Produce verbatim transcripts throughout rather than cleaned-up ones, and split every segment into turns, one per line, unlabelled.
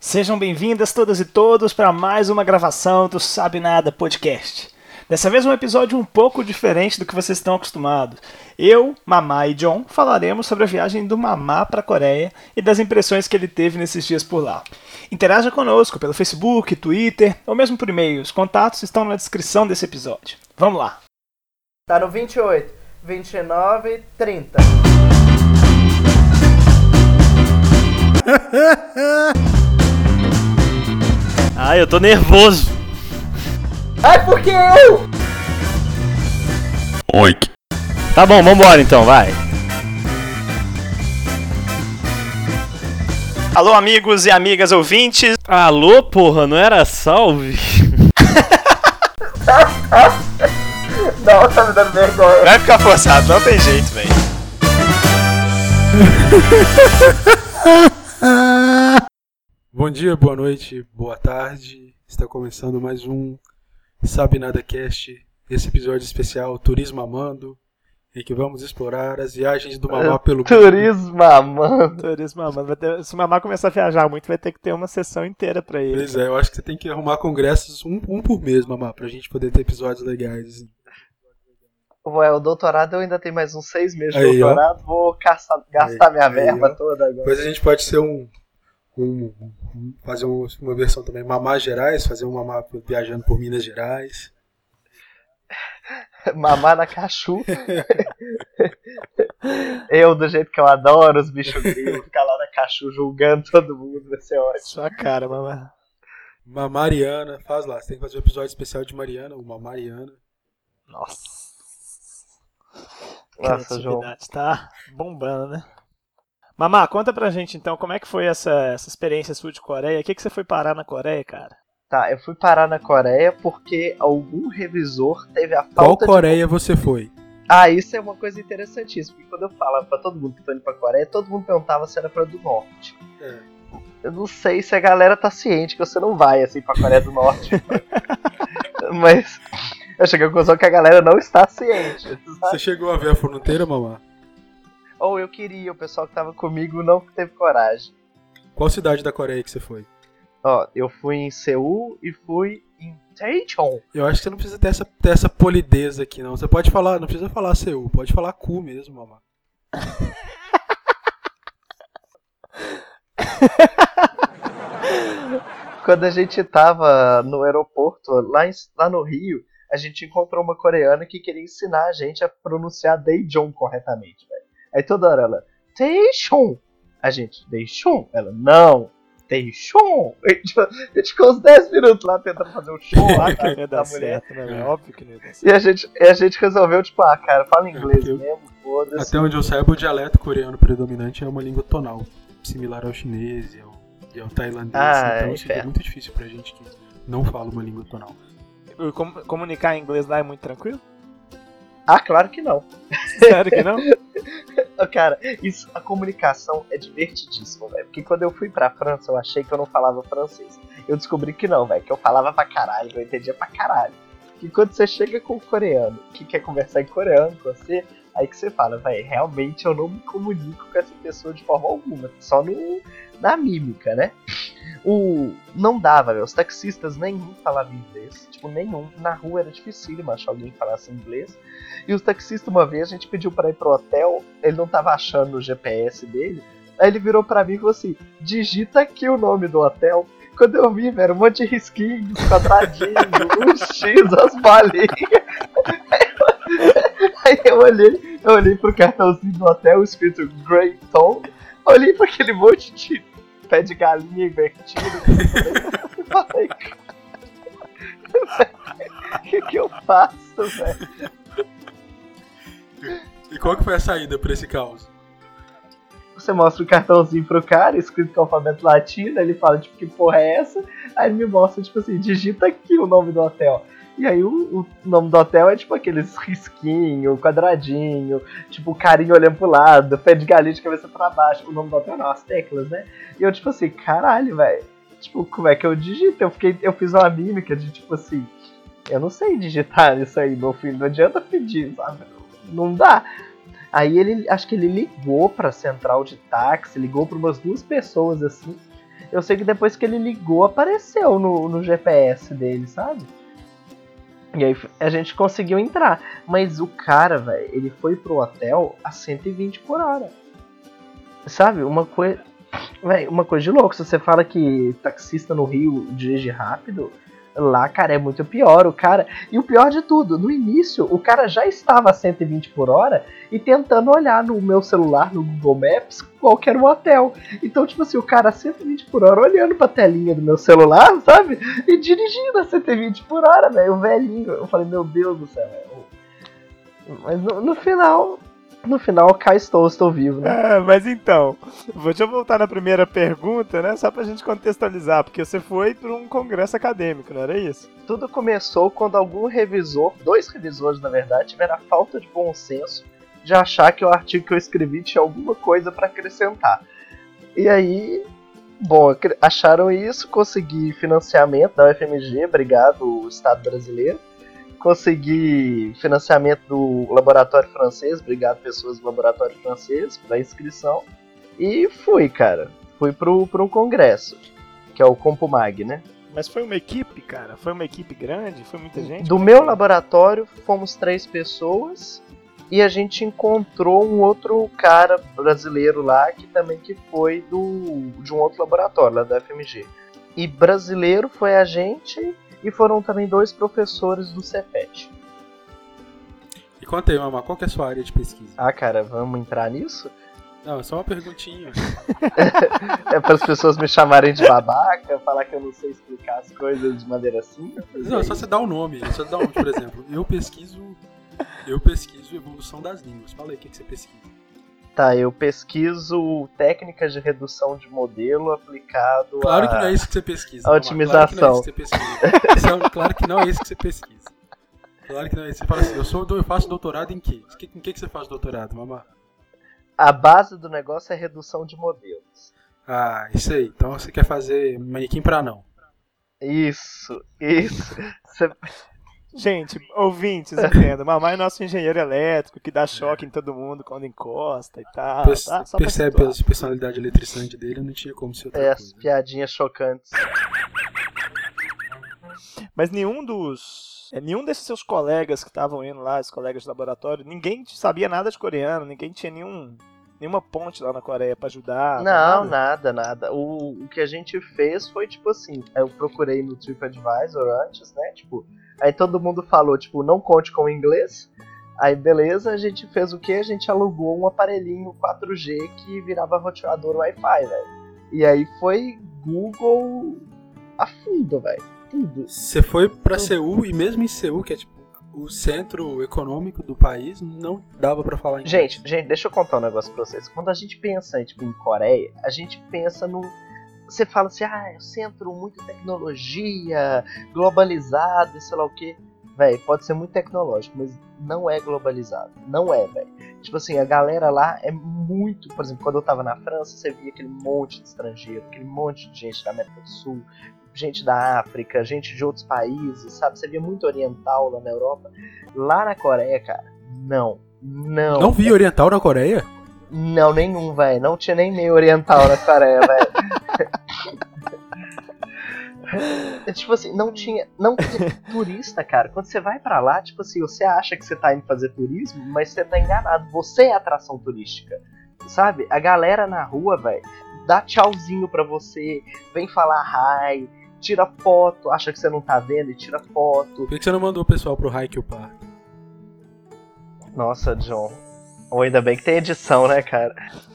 Sejam bem-vindas todas e todos para mais uma gravação do Sabe Nada Podcast. Dessa vez um episódio um pouco diferente do que vocês estão acostumados. Eu, Mamá e John falaremos sobre a viagem do Mamá para a Coreia e das impressões que ele teve nesses dias por lá. Interaja conosco pelo Facebook, Twitter ou mesmo por e-mail. Os contatos estão na descrição desse episódio. Vamos lá!
Tá no vinte e oito, vinte e nove, trinta.
Ai, eu tô nervoso!
Ai, por que eu?
Oink! Tá bom, vambora então, vai! Alô, amigos e amigas ouvintes!
Alô, porra, não era salve?
Não, tá me dando vergonha.
Vai ficar forçado, não tem jeito, velho.
Bom dia, boa noite, boa tarde. Está começando mais um Sabe Nada Cast, esse episódio especial Turismo Amando, em que vamos explorar as viagens do Mamá pelo mundo.
Turismo amando.
Turismo amando. Vai ter... Se o Mamá começar a viajar muito, vai ter que ter uma sessão inteira pra ele.
Pois é, eu acho que você tem que arrumar congressos um, um por mês, Mamá, pra gente poder ter episódios legais.
Ué, o doutorado eu ainda tenho mais uns seis meses de
Aí,
doutorado, vou caçar, gastar
Aí,
minha
aí,
verba
ó.
toda agora.
Depois a gente pode ser um... um, um fazer um, uma versão também Mamá Gerais, fazer um Mamá viajando por Minas Gerais.
Mamar na cachu. Eu, do jeito que eu adoro os bichos gringos, ficar lá na cachu julgando todo mundo, vai ser ótimo.
Sua cara, Mamá.
Uma Mariana, faz lá, você tem que fazer um episódio especial de Mariana, uma Mariana.
Nossa.
Nossa, João.
Criatividade tá bombando, né? Mamá, conta pra gente então como é que foi essa, essa experiência sua de Coreia. O que, que você foi parar na Coreia, cara?
Tá, eu fui parar na Coreia porque algum revisor teve a
Qual
falta
Coreia
de...
você foi?
Ah, isso é uma coisa interessantíssima, porque quando eu falava pra todo mundo que tô indo pra Coreia, todo mundo perguntava se era pra do Norte.
É.
Eu não sei se a galera tá ciente que você não vai assim pra Coreia do Norte. Mas eu cheguei à conclusão que a galera não está ciente. Sabe?
Você chegou a ver a fronteira, Mamá?
Ou eu queria, o pessoal que tava comigo não teve coragem.
Qual cidade da Coreia que você foi?
Ó, eu fui em Seul e fui em Daejeon.
Eu acho que você não precisa ter essa, ter essa polideza aqui, não. Você pode falar, não precisa falar Seul, pode falar cu mesmo, Mamá.
Quando a gente tava no aeroporto, lá, em, lá no Rio, a gente encontrou uma coreana que queria ensinar a gente a pronunciar Daejeon corretamente, velho. Aí toda hora ela, Daejeon. A gente, Daejeon? Ela, não, Daejeon. A gente ficou uns dez minutos lá tentando fazer um show lá
Que não ia
da,
dar
da mulher.
certo, né? É óbvio que não ia dar certo.
E a gente, e a gente resolveu, tipo, ah, cara, fala inglês
É,
mesmo, foda-se.
Até onde eu saiba, o dialeto coreano predominante é uma língua tonal, similar ao chinês e ao, e ao tailandês.
Ah,
então
é,
seria
inferno.
muito difícil pra gente que não fala uma língua tonal.
E com- Comunicar em inglês lá é muito tranquilo?
Ah, claro que não.
Sério que não?
Cara, isso, a comunicação é divertidíssima, velho. Porque quando eu fui pra França, eu achei que eu não falava francês. Eu descobri que não, velho. Que eu falava pra caralho, que eu entendia pra caralho. Que quando você chega com o coreano, que quer conversar em coreano com você, aí que você fala, velho, realmente eu não me comunico com essa pessoa de forma alguma. Só no, na mímica, né? O, não dava, velho. Os taxistas nenhum falavam inglês. Tipo, nenhum. Na rua era difícil achar alguém que falasse inglês. E os taxistas, uma vez, a gente pediu pra ir pro hotel, ele não tava achando o G P S dele, aí ele virou pra mim e falou assim, digita aqui o nome do hotel. Quando eu vi, velho, um monte de risquinhos, quadradinhos, um X, as bolinhas. Aí eu olhei, eu olhei pro cartãozinho do hotel, escrito Greyton, olhei pra aquele monte de pé de galinha invertido, e falei, o que que eu faço, velho?
E qual que foi a saída pra esse caos?
Você mostra o cartãozinho pro cara, escrito com alfabeto latino, ele fala, tipo, que porra é essa? Aí ele me mostra, tipo assim, digita aqui o nome do hotel. E aí o, o nome do hotel é, tipo, aqueles risquinho, quadradinho, tipo, carinho olhando pro lado, pé de galinha de cabeça pra baixo. O nome do hotel não, as teclas, né? E eu, tipo assim, caralho, velho. Tipo, como é que eu digito? Eu, fiquei, eu fiz uma mímica de, tipo assim, eu não sei digitar isso aí, meu filho, não adianta pedir, sabe? Não dá. Aí ele, acho que ele ligou pra central de táxi, ligou pra umas duas pessoas assim, Eu sei que depois que ele ligou, apareceu no, no G P S dele, sabe? E aí a gente conseguiu entrar. Mas o cara, velho, ele foi pro hotel a cento e vinte por hora. Sabe? Uma coisa... Véi, uma coisa de louco. Se você fala que taxista no Rio dirige rápido, lá, cara, é muito pior. O cara... E o pior de tudo, no início, o cara já estava a cento e vinte por hora e tentando olhar no meu celular, no Google Maps, qual que era o hotel. Então, tipo assim, o cara a cento e vinte por hora olhando pra telinha do meu celular, sabe? E dirigindo a cento e vinte por hora, velho. O velhinho. Eu falei, meu Deus do céu, velho. Mas no, no final... No final, cá estou, estou vivo, né?
É, mas então, deixa eu voltar na primeira pergunta, né? Só pra gente contextualizar, porque você foi para um congresso acadêmico, não era isso?
Tudo começou quando algum revisor, dois revisores na verdade, tiveram a falta de bom senso de achar que o artigo que eu escrevi tinha alguma coisa para acrescentar. E aí, bom, acharam isso, consegui financiamento da U F M G, obrigado Estado brasileiro. Consegui financiamento do laboratório francês, obrigado pessoas do laboratório francês para inscrição, e fui, cara, fui pro, pro um congresso, que é o Compumag, né?
Mas foi uma equipe, cara? Foi uma equipe grande? Foi muita gente?
Do meu laboratório fomos três pessoas e a gente encontrou um outro cara brasileiro lá que também que foi do, de um outro laboratório lá da U F M G. E brasileiro foi a gente... E foram também dois professores do Cefet.
E conta aí, Mamá, qual que é a sua área de pesquisa?
Ah, cara, vamos entrar nisso?
Não, é só uma perguntinha.
É para as pessoas me chamarem de babaca, falar que eu não sei explicar as coisas de maneira simples?
Não, é só você dar um nome. É só dar um nome, por exemplo. Eu pesquiso, eu pesquiso evolução das línguas. Fala aí, o que, que você pesquisa?
Tá, eu pesquiso técnicas de redução de modelo aplicado
Claro
a...
que não é isso que você pesquisa.
A otimização.
Claro que não é isso que você pesquisa. Claro que não é isso que você pesquisa. Claro que não é isso. Você fala assim, eu, sou, eu faço doutorado em quê? Em que, que você faz doutorado, Mamá?
A base do negócio é redução de modelos.
Ah, isso aí. Então você quer fazer manequim pra não.
Isso, isso. Você...
Gente, ouvintes, entenda. Mamãe é nosso engenheiro elétrico que dá choque em todo mundo quando encosta e tal.
Perce-
tá? Só
percebe pela personalidade eletricante dele, não tinha como ser outra
É,
coisa.
as piadinhas chocantes.
Mas nenhum dos... É, nenhum desses seus colegas que estavam indo lá, os colegas de laboratório, ninguém sabia nada de coreano, ninguém tinha nenhum, nenhuma ponte lá na Coreia pra ajudar.
Não,
nada.
nada, nada. O, o que a gente fez foi, tipo assim, eu procurei no TripAdvisor antes, né, tipo... Aí todo mundo falou, tipo, não conte com o inglês. Aí beleza, a gente fez o quê? A gente alugou um aparelhinho quatro G que virava roteador Wi-Fi, velho. E aí foi Google a fundo, velho. Tudo.
Você foi pra Seul e mesmo em Seul, que é tipo o centro econômico do país, não dava pra falar inglês.
Gente, gente, deixa eu contar um negócio pra vocês. Quando a gente pensa tipo, em Coreia, a gente pensa no... Você fala assim, ah, é um centro, muita tecnologia, globalizado e sei lá o que. Véi, pode ser muito tecnológico, mas não é globalizado. Não é, velho. Tipo assim, a galera lá é muito... Por exemplo, quando eu tava na França, você via aquele monte de estrangeiro, aquele monte de gente da América do Sul, gente da África, gente de outros países, sabe? Você via muito oriental lá na Europa. Lá na Coreia, cara, não. Não.
Não vi oriental na Coreia?
Não, nenhum, velho. Não tinha nem meio oriental na Coreia, velho. Tipo assim, não tinha, não tinha turista, cara. Quando você vai pra lá, tipo assim, você acha que você tá indo fazer turismo, mas você tá enganado. Você é atração turística, sabe? A galera na rua, velho, dá tchauzinho pra você, vem falar hi, tira foto, acha que você não tá vendo e tira foto.
Por que você não mandou o pessoal pro Haikyuu Park?
Nossa, John. Ou ainda bem que tem edição, né, cara?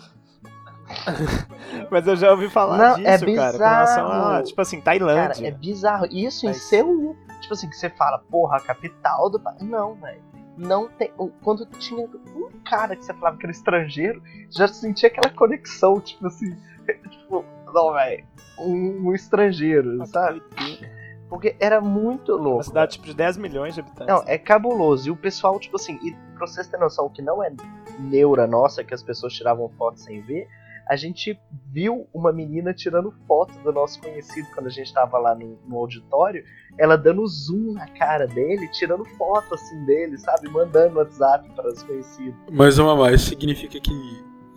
Mas eu já ouvi falar
Não,
disso,
é
cara. Com relação a,
bizarro.
tipo assim, Tailândia.
Cara, é bizarro. Isso em
Mas-
Seul. Tipo assim, que você fala, porra, a capital do país. Não, velho. Não tem. Quando tinha um cara que você falava que era estrangeiro, já sentia aquela conexão, tipo assim. Tipo, não, velho. Um, um estrangeiro,
Nossa,
sabe?
que doideira.
Porque era muito louco.
Uma cidade tipo de dez milhões de habitantes.
Não, é cabuloso. E o pessoal, tipo assim, e pra vocês terem noção que não é neura nossa, que as pessoas tiravam foto sem ver, a gente viu uma menina tirando foto do nosso conhecido quando a gente tava lá no, no auditório, ela dando zoom na cara dele, tirando foto assim dele, sabe? Mandando no WhatsApp para os conhecidos.
Mas, mamãe, isso significa que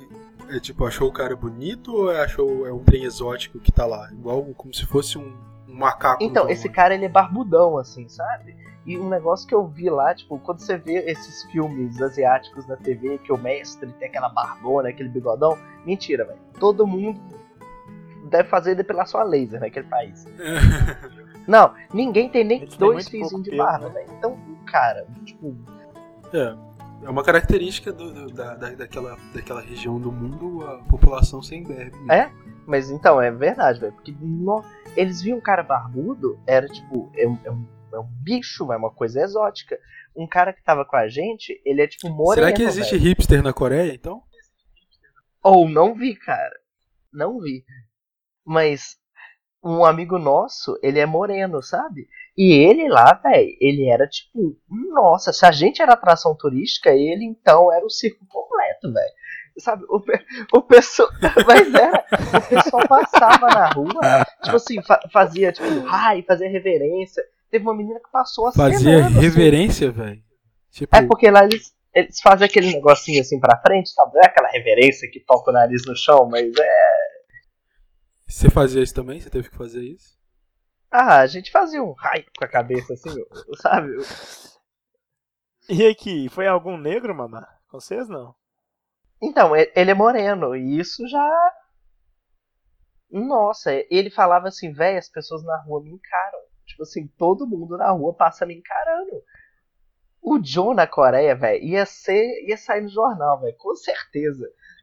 É tipo, achou o cara bonito ou achou é um trem exótico que tá lá? Igual como se fosse um, um macaco.
Então, esse cara, ele é barbudão, assim, sabe? E um negócio que eu vi lá, tipo, quando você vê esses filmes asiáticos na T V, que o mestre tem aquela barbona, aquele bigodão, mentira, velho. Todo mundo deve fazer depilação a laser naquele país. Não, ninguém tem nem
Eles têm
dois
muito
fiozinhos
pouco
de
pelo,
barba,
né?
velho. Então, cara, tipo...
É, é uma característica do, do, da, da, daquela, daquela região do mundo, a população sem derby. mesmo.
É? Mas então, é verdade, velho. Porque no... eles viam um cara barbudo, era tipo, é um, é um, é um bicho, é uma coisa exótica. Um cara que tava com a gente, ele é tipo moreno.
Será que existe
velho.
hipster na Coreia, então?
Ou não vi, cara. Não vi. Mas um amigo nosso, ele é moreno, sabe? E ele lá, velho, ele era tipo, nossa, se a gente era atração turística, ele então era o circo completo, velho. Sabe, o, pe- o pessoal. Mas era, o pessoal passava na rua, tipo assim, fa- fazia tipo, ai, fazia reverência. Teve uma menina que passou a
Fazia
assim.
reverência, velho. Tipo,
É porque lá eles, eles fazem aquele negocinho assim pra frente, sabe? Não é aquela reverência que toca o nariz no chão, mas é.
você fazia isso também? Você teve que fazer isso?
Ah, a gente fazia um raio com a cabeça assim, sabe?
E aqui, foi algum negro, mamá? Com vocês, não?
Então, e- ele é moreno, e isso já. Nossa, ele falava assim, véi, as pessoas na rua me encaram. Tipo assim, todo mundo na rua passa me encarando. O John na Coreia, velho, ia ser. ia sair no jornal, velho, com certeza.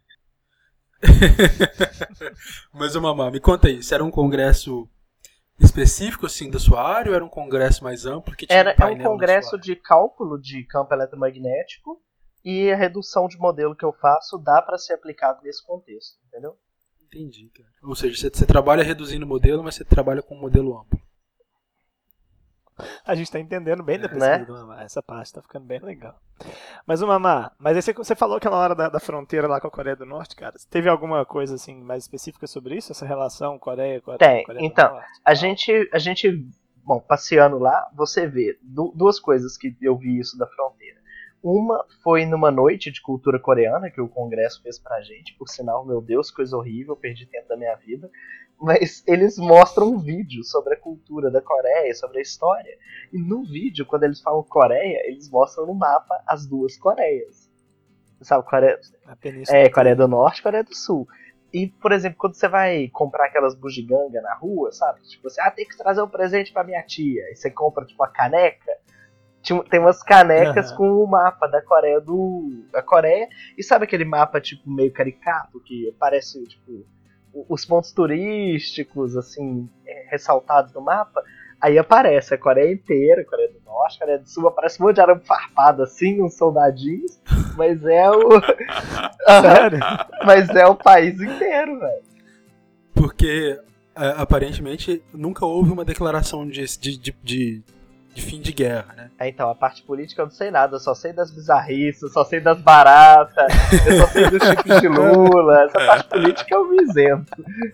Mas, ô mamá, me conta aí, isso era um congresso específico, assim, da sua área, ou era um congresso mais amplo que tinha
Era,
um
é um
painel na
congresso
sua área?
de cálculo de campo eletromagnético e a redução de modelo que eu faço dá pra ser aplicado nesse contexto, entendeu?
Entendi, cara. Ou seja, você, você trabalha reduzindo o modelo, mas você trabalha com um modelo amplo.
A gente tá entendendo bem da
Né?
pesquisa do mamá. Essa parte tá ficando bem legal. Mas o mamá, mas aí você, você falou aquela hora da, da fronteira lá com a Coreia do Norte, cara. Você teve alguma coisa assim mais específica sobre isso? Essa relação Coreia, Coreia,
Tem,
Coreia
então,
do Norte?
A gente, a gente, bom, passeando lá, você vê du- duas coisas que eu vi isso da fronteira. Uma foi numa noite de cultura coreana que o Congresso fez pra gente, por sinal, meu Deus, coisa horrível, perdi tempo da minha vida. Mas eles mostram um vídeo sobre a cultura da Coreia, sobre a história. E no vídeo, quando eles falam Coreia, eles mostram no mapa as duas Coreias. Sabe, Coreia,
A Península
é, Coreia
inteira.
do Norte e Coreia do Sul. E, por exemplo, quando você vai comprar aquelas bugiganga na rua, sabe? Tipo assim, ah, tem que trazer um presente pra minha tia. E você compra, tipo, a caneca. Tinha- Tem umas canecas
Aham.
com o mapa da Coreia do... da Coreia. E sabe aquele mapa, tipo, meio caricato, que parece, tipo, o- os pontos turísticos, assim, é, ressaltados no mapa? Aí aparece a Coreia inteira, a Coreia do Norte, a Coreia do Sul, aparece um monte de arame farpado, assim, uns soldadinhos. Mas é o... Aham.
Sério?
Mas é o país inteiro, velho.
Porque, é, aparentemente, nunca houve uma declaração de, de, de, de- de fim de guerra, né?
É, então, a parte política eu não sei nada, eu só sei das bizarrices, eu só sei das baratas, eu só sei dos tipos de Lula, essa parte política eu me isento.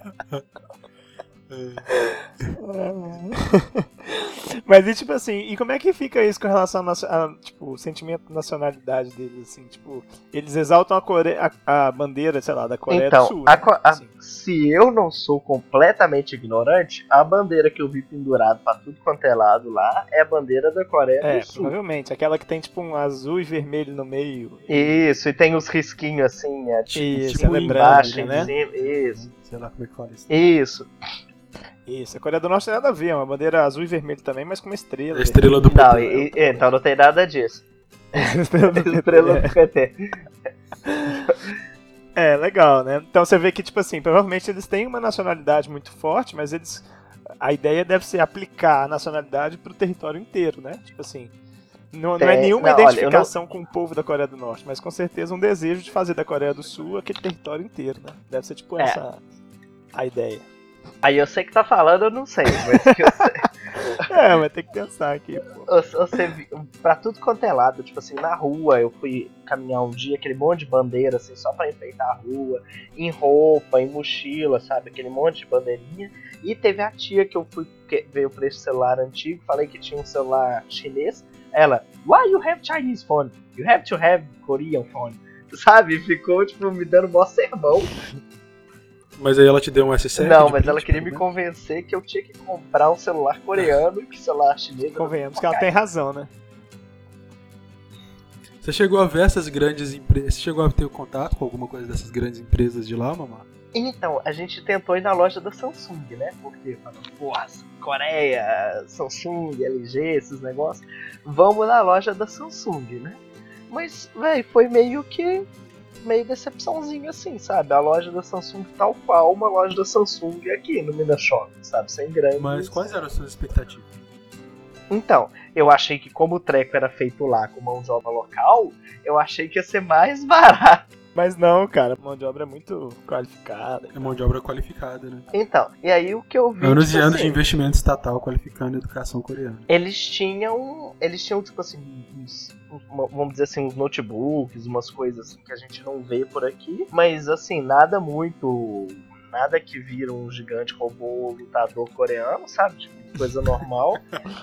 Mas e tipo assim, e como é que fica isso com relação ao nacio- a, tipo, o sentimento de nacionalidade deles, assim, tipo, eles exaltam a, Core... a, a bandeira, sei lá, da Coreia
Então,
do Sul,
a
né?
co- a-
Assim.
se eu não sou completamente ignorante, a bandeira que eu vi pendurada pra tudo quanto é lado lá é a bandeira da Coreia
É,
do Sul.
provavelmente, aquela que tem tipo um azul e vermelho no meio.
Isso, e tem os risquinhos assim, é, tipo,
Isso,
tipo
ela é
embaixo,
branca,
em
né?
cima, isso,
Sei lá como é que fala isso.
isso.
Isso, a Coreia do Norte tem nada a ver, é uma bandeira azul e vermelho também, mas com uma estrela.
A estrela do
Não,
P T.
e- e- então não tem nada disso.
estrela do P T,
Estrela
é.
do P T.
É, legal, né? Então você vê que, tipo assim, provavelmente eles têm uma nacionalidade muito forte, mas eles. A ideia deve ser aplicar a nacionalidade pro território inteiro, né? Tipo assim. Não, não é
Tem-
nenhuma
não, olha, eu não-
identificação com o povo da Coreia do Norte, mas com certeza um desejo de fazer da Coreia do Sul aquele território inteiro, né? Deve ser tipo
É.
essa a ideia.
Aí eu sei que tá falando, eu não sei, mas que eu sei.
É, mas tem que pensar aqui, pô.
Você, você vi- pra tudo quanto é lado, tipo assim, na rua eu fui caminhar um dia, aquele monte de bandeira, assim, só pra enfeitar a rua, em roupa, em mochila, sabe, aquele monte de bandeirinha. E teve a tia que eu fui que veio pra esse celular antigo, falei que tinha um celular chinês. Ela, why you have Chinese phone? You have to have Korean phone. sabe? Ficou, tipo, me dando mó sermão.
Mas aí ela te deu um S sete?
Não, mas ela queria me convencer que eu tinha que comprar um celular coreano e que celular chinês...
Convenhamos que ela tem razão, né?
Você chegou a ver essas grandes empresas? Você chegou a ter contato com alguma coisa dessas grandes empresas de lá, mamá?
Então, a gente tentou ir na loja da Samsung, né? Porque falando, porra, Coreia, Samsung, L G, esses negócios. Vamos na loja da Samsung, né? Mas, véi, foi meio que... meio decepçãozinho assim, sabe? A loja da Samsung tal qual uma loja da Samsung aqui no Minas Shopping, sabe? Sem grandes...
Mas quais eram as suas expectativas?
Então, eu achei que como o treco era feito lá com mão de obra local, eu achei que ia ser mais barato.
Mas não, cara, a mão de obra é muito qualificada.
É mão de obra qualificada, né?
Então, e aí o que eu vi...
Anos
tipo
e anos
assim,
de investimento estatal qualificando a educação coreana.
Eles tinham, eles tinham tipo assim, uns, uma- vamos dizer assim, uns notebooks, umas coisas assim que a gente não vê por aqui, mas assim, nada muito, nada que vira um gigante robô lutador coreano, sabe? Tipo, coisa normal.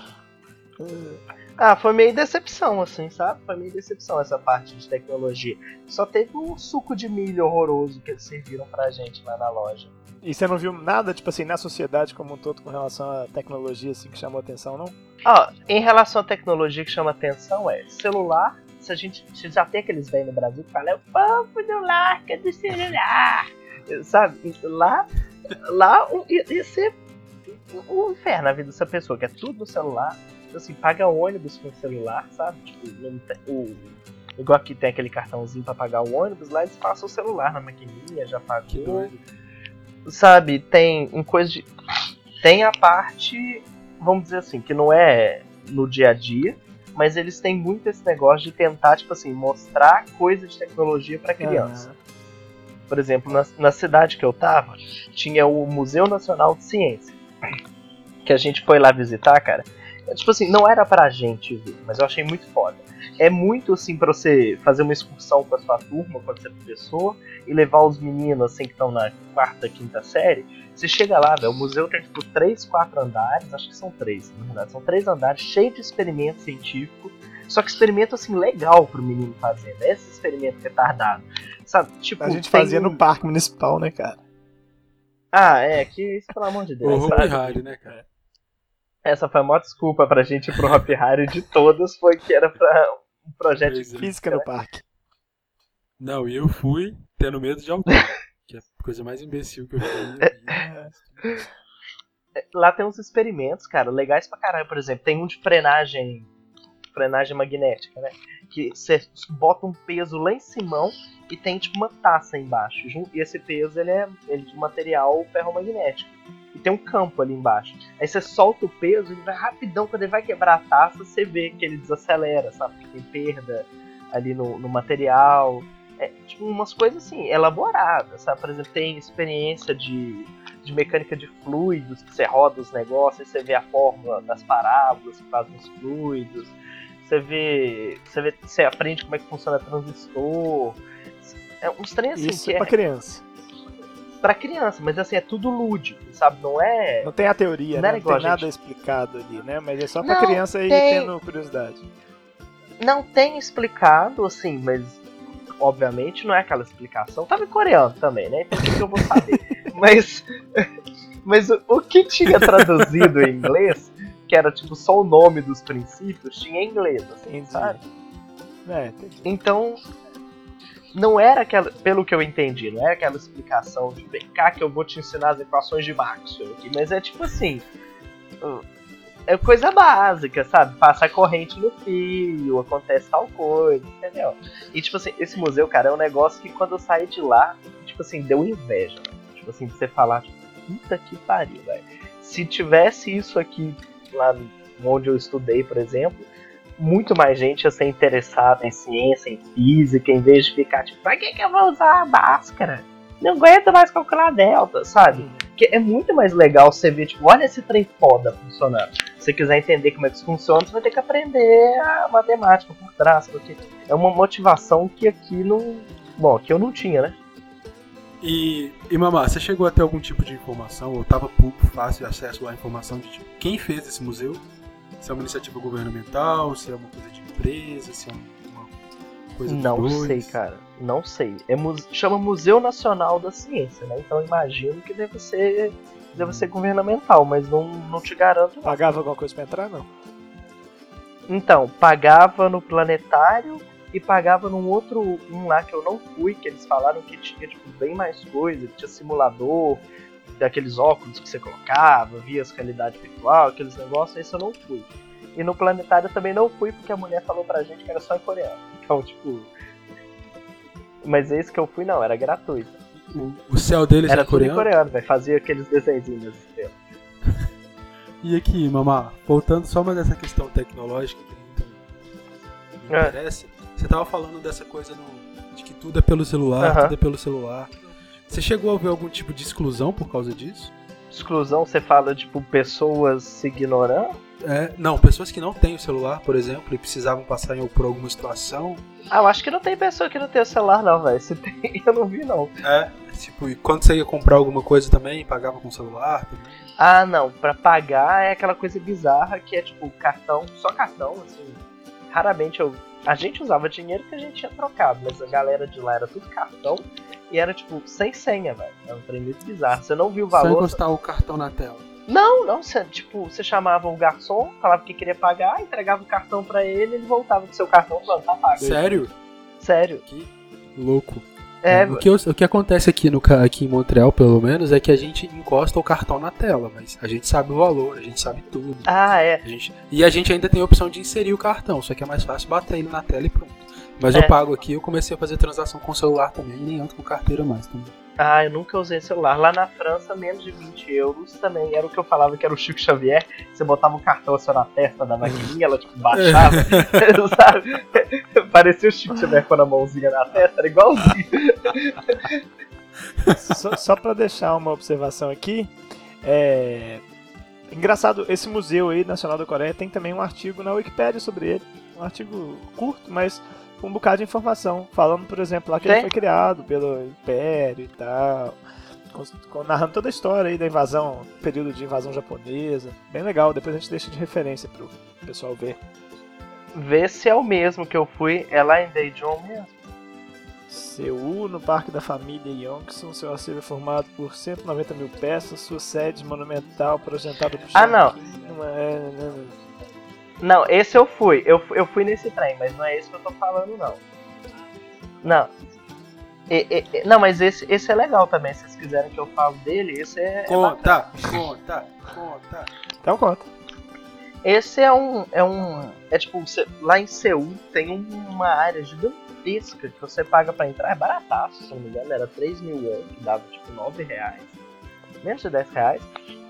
Ah, foi meio decepção, assim, sabe? Foi meio decepção essa parte de tecnologia. Só teve um suco de milho horroroso que eles serviram pra gente lá na loja.
E você não viu nada, tipo assim, na sociedade como um todo com relação à tecnologia, assim, que chamou a atenção, não?
Ó, em relação à tecnologia que chama atenção é celular. Se a gente se já tem aqueles velhos no Brasil que falam, é o papo do larga do celular. Sabe? Lá, lá ia ia ser um inferno a vida dessa pessoa, que é tudo no celular. Assim, paga ônibus com o celular, sabe? Tipo, não tem- o, igual aqui tem aquele cartãozinho pra pagar o ônibus, lá eles passam o celular na maquininha, já
Que
pagou.
doido.
Sabe, tem em coisa de. Tem a parte, vamos dizer assim, que não é no dia a dia, mas eles têm muito esse negócio de tentar, tipo assim, mostrar coisa de tecnologia pra criança. Por exemplo, na, na cidade que eu tava, tinha o Museu Nacional de Ciência, que a gente foi lá visitar, cara. Tipo assim, não era pra gente ver, mas eu achei muito foda. É muito assim pra você fazer uma excursão com a sua turma, quando você é professor, e levar os meninos assim que estão na quarta, quinta série. Você chega lá, velho, o museu tem tipo três, quatro andares, acho que são três, na verdade, são três andares, cheio de experimento científico. Só que experimento assim legal pro menino fazer, né? Esse experimento retardado. Sabe? Tipo,
A gente
tem
fazia
um-
no parque municipal, né, cara?
Ah, é, que isso, pelo amor de
O
Deus.
Hopi
sabe?
Hari, né, cara?
Essa foi a maior desculpa pra gente ir pro Hopi Hari de todas, foi que era pra um projeto de
Pois é.
Física no parque.
Não, e eu fui tendo medo de altura, que é a coisa mais imbecil que eu vi na minha vida.
Lá tem uns experimentos, cara, legais pra caralho. Por exemplo, tem um de frenagem, frenagem magnética, né? Que você bota um peso lá em cima e tem tipo uma taça embaixo. Jun- E esse peso ele é, ele é de material ferromagnético. E tem um campo ali embaixo. Aí você solta o peso, ele vai rapidão. Quando ele vai quebrar a taça, você vê que ele desacelera, sabe? Que tem perda ali no, no material. É tipo umas coisas assim, elaboradas, sabe? Por exemplo, tem experiência de, de mecânica de fluidos, que você roda os negócios, você vê a fórmula das parábolas que fazem os fluidos. Você vê, você vê, você aprende como é que funciona transistor. É uns trem assim
Isso
que
é
é
pra criança.
pra criança, mas assim, é tudo lúdico, sabe? Não é.
Não tem a teoria,
Não
né?
era
Não
igual
tem
a
nada
gente-
explicado ali, né? Mas é só pra
Não,
criança ir
tem.
tendo curiosidade.
Não tem explicado, assim, mas obviamente não é aquela explicação. Tava em coreano também, né? Então o que que eu vou saber? mas mas o, o que tinha traduzido em inglês, que era tipo só o nome dos princípios, tinha em inglês, assim,
Entendi.
sabe?
É, entendi.
Então, não era aquela, pelo que eu entendi, não era aquela explicação de vem cá que eu vou te ensinar as equações de Maxwell aqui, mas é tipo assim, uh, é coisa básica, sabe? Passa a corrente no fio, acontece tal coisa, entendeu? E tipo assim, esse museu, cara, é um negócio que quando eu saí de lá, tipo assim, deu inveja, né? Tipo assim, de você falar, tipo, puta que pariu, velho. Se tivesse isso aqui lá onde eu estudei, por exemplo, muito mais gente ia ser interessada em ciência, em física, em vez de ficar tipo, pra que, que eu vou usar a máscara? Não aguento mais calcular delta, sabe? Porque é muito mais legal você ver, tipo, olha esse trem foda funcionando. Se você quiser entender como é que isso funciona, você vai ter que aprender a matemática por trás, porque é uma motivação que aqui não. Bom, aqui eu não tinha, né?
E, e Mamá, você chegou a ter algum tipo de informação, ou tava público, fácil acesso à informação de tipo, quem fez esse museu? Se é uma iniciativa governamental, se é uma coisa de empresa, se é uma coisa dos
Não
dois?
sei, cara. Não sei. É muse... Chama Museu Nacional da Ciência, né? Então eu imagino que deve ser, deve ser governamental, mas não, não te garanto. Não.
Pagava alguma coisa pra entrar, não?
Então, pagava no planetário e pagava num outro, um lá que eu não fui, que eles falaram que tinha tipo, bem mais coisa, que tinha simulador, daqueles óculos que você colocava, via as realidade virtual, aqueles negócios, esse eu não fui. E no planetário eu também não fui, porque a mulher falou pra gente que era só em coreano. Então, tipo... Mas esse que eu fui não, era gratuito.
O, o céu deles
Era
é
tudo
coreano?
em coreano, velho. Fazia aqueles desenhinhos nas estrelas.
E aqui, mamá, voltando só mais dessa questão tecnológica que muito me
É.
interessa, você tava falando dessa coisa no- de que tudo é pelo celular,
Aham.
tudo é pelo celular. Você chegou a ver algum tipo de exclusão por causa disso?
Exclusão, você fala, tipo, pessoas se ignorando?
É, não, pessoas que não têm o celular, por exemplo, e precisavam passar em, por alguma situação.
Ah, eu acho que não tem pessoa que não tem o celular, não, velho. Se tem, eu não vi, não.
É, tipo, e quando você ia comprar alguma coisa também, pagava com o celular também.
Ah, não. Pra pagar é aquela coisa bizarra que é, tipo, cartão, só cartão, assim. Raramente eu... A gente usava dinheiro que a gente tinha trocado, mas a galera de lá era tudo cartão e era, tipo, sem senha, velho. Era um trem muito bizarro. Você não viu o
Só
valor...
encostar o cartão na tela.
Não, não, você, tipo, você chamava o garçom, falava que queria pagar, entregava o cartão pra ele, ele voltava com seu cartão falando, tá pago.
Sério?
Sério.
Que louco.
É,
o, que eu- o que acontece aqui, no, ca- aqui em Montreal, pelo menos, é que a gente encosta o cartão na tela, mas a gente sabe o valor, a gente sabe tudo.
ah, é.
A gente- e a gente ainda tem a opção de inserir o cartão, só que é mais fácil bater ele na tela e pronto. Mas
É.
eu pago aqui, eu comecei a fazer transação com o celular também, e nem ando com carteira mais também.
Ah, eu nunca usei celular. Lá na França, menos de vinte euros também. Era o que eu falava que era o Chico Xavier. Você botava o cartão assim na testa da maquininha, ela tipo baixava, sabe? Parecia o Chico Xavier com a mãozinha na testa, era igualzinho.
Só, só pra deixar uma observação aqui, é... engraçado, esse museu aí, Nacional da Coreia, tem também um artigo na Wikipédia sobre ele. Um artigo curto, mas com um bocado de informação. Falando, por exemplo, lá que
Tem?
ele foi criado pelo Império e tal. com- com- Narrando toda a história aí da invasão, período de invasão japonesa. Bem legal, depois a gente deixa de referência pro pessoal ver.
Vê se é o mesmo que eu fui. É lá em Daejeon mesmo.
Seul, no Parque da Família Yongsan, seu acervo é formado por cento e noventa mil peças, sua sede monumental projetada por
Ah, não.
Não é, não, não.
Não, esse eu fui. Eu, fu- eu fui nesse trem, mas não é esse que eu tô falando, não. Não. E- e- e- não, mas esse, esse é legal também. Se vocês quiserem que eu fale dele, esse é. é bacana.
Conta, conta, conta.
Então conta.
Esse é um. É um. É tipo, você- lá em Seul tem uma área gigantesca que você paga pra entrar. É barataço, se não me engano. Era três mil won, que dava tipo nove reais. Menos de dez reais.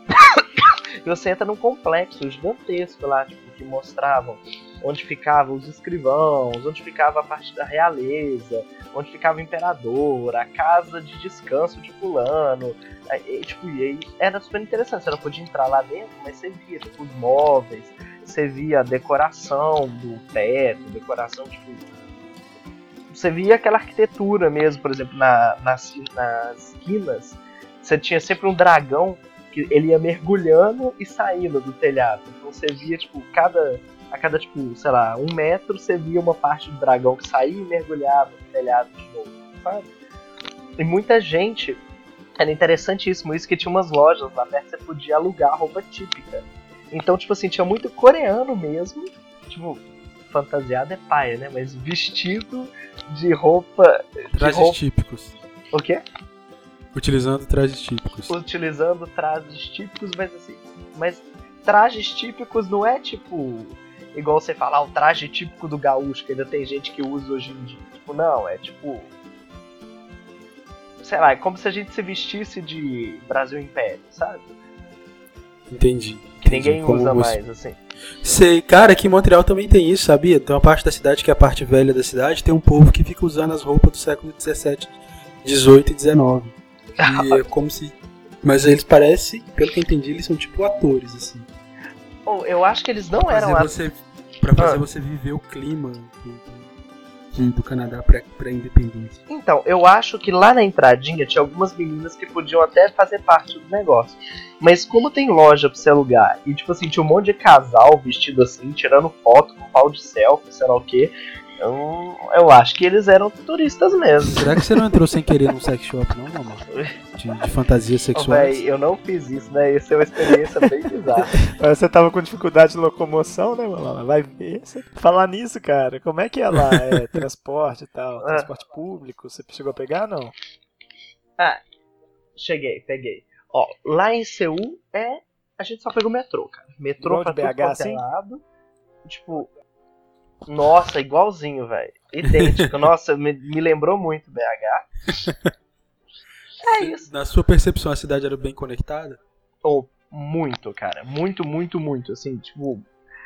E você entra num complexo gigantesco lá, tipo, que mostravam onde ficavam os escrivãos, onde ficava a parte da realeza, onde ficava o imperador, a casa de descanso de fulano. E, e, tipo, e aí era super interessante, você não podia entrar lá dentro, mas você via tipo, os móveis, você via a decoração do teto, decoração, tipo... Você via aquela arquitetura mesmo, por exemplo, na, nas, nas esquinas, você tinha sempre um dragão que ele ia mergulhando e saindo do telhado. Então você via, tipo, cada, a cada, tipo, sei lá, um metro você via uma parte do dragão que saía e mergulhava no telhado de novo, sabe? E muita gente, era interessantíssimo isso, que tinha umas lojas lá perto que você podia alugar roupa típica. Então, tipo assim, tinha muito coreano mesmo, tipo, fantasiado é paia, né? Mas vestido de roupa... De
Trajes
roupa...
típicos.
O quê?
Utilizando trajes típicos.
Utilizando trajes típicos, mas assim, mas trajes típicos não é tipo igual você falar o traje típico do gaúcho, que ainda tem gente que usa hoje em dia. Tipo, não, é tipo, sei lá, é como se a gente se vestisse de Brasil Império, sabe?
Entendi.
Que
entendi.
ninguém
Como
usa
você-
mais, assim.
Sei, cara, aqui em Montreal também tem isso, sabia? Tem uma parte da cidade que é a parte velha da cidade, tem um povo que fica usando as roupas do século dezessete, dezoito e dezenove. E é como se... Mas eles parecem, pelo que eu entendi, eles são tipo atores, assim.
Ou eu acho que eles não
pra
eram
fazer
a...
você, Pra fazer
Ah.
você viver o clima do, do, do Canadá pré- pré-independência.
Então, eu acho que lá na entradinha tinha algumas meninas que podiam até fazer parte do negócio. Mas como tem loja pra você alugar, e tipo assim, tinha um monte de casal vestido assim, tirando foto com pau de selfie, sei lá o quê. Eu, eu acho que eles eram turistas mesmo.
Será que você não entrou sem querer num sex shop, não, mamãe? De, de fantasias
Oh,
sexuais?
véi, eu não fiz isso, né? Isso é uma experiência bem bizarra.
Mas você tava com dificuldade de locomoção, né, mano? Vai ver. Você- Falar nisso, cara, como é que é lá? É transporte e tal?
Ah.
Transporte público? Você chegou a pegar, não?
Ah, cheguei, peguei. Ó, lá em Seul é. A gente só pegou metrô, cara. Metrô
Igual de
pra tudo
B H,
quanto é
assim?
lado. Tipo. Nossa, igualzinho, velho. Idêntico. Nossa, me, me lembrou muito B H. É isso.
Na sua percepção, a cidade era bem conectada?
Ou muito, cara. Muito, muito, muito. Assim, tipo.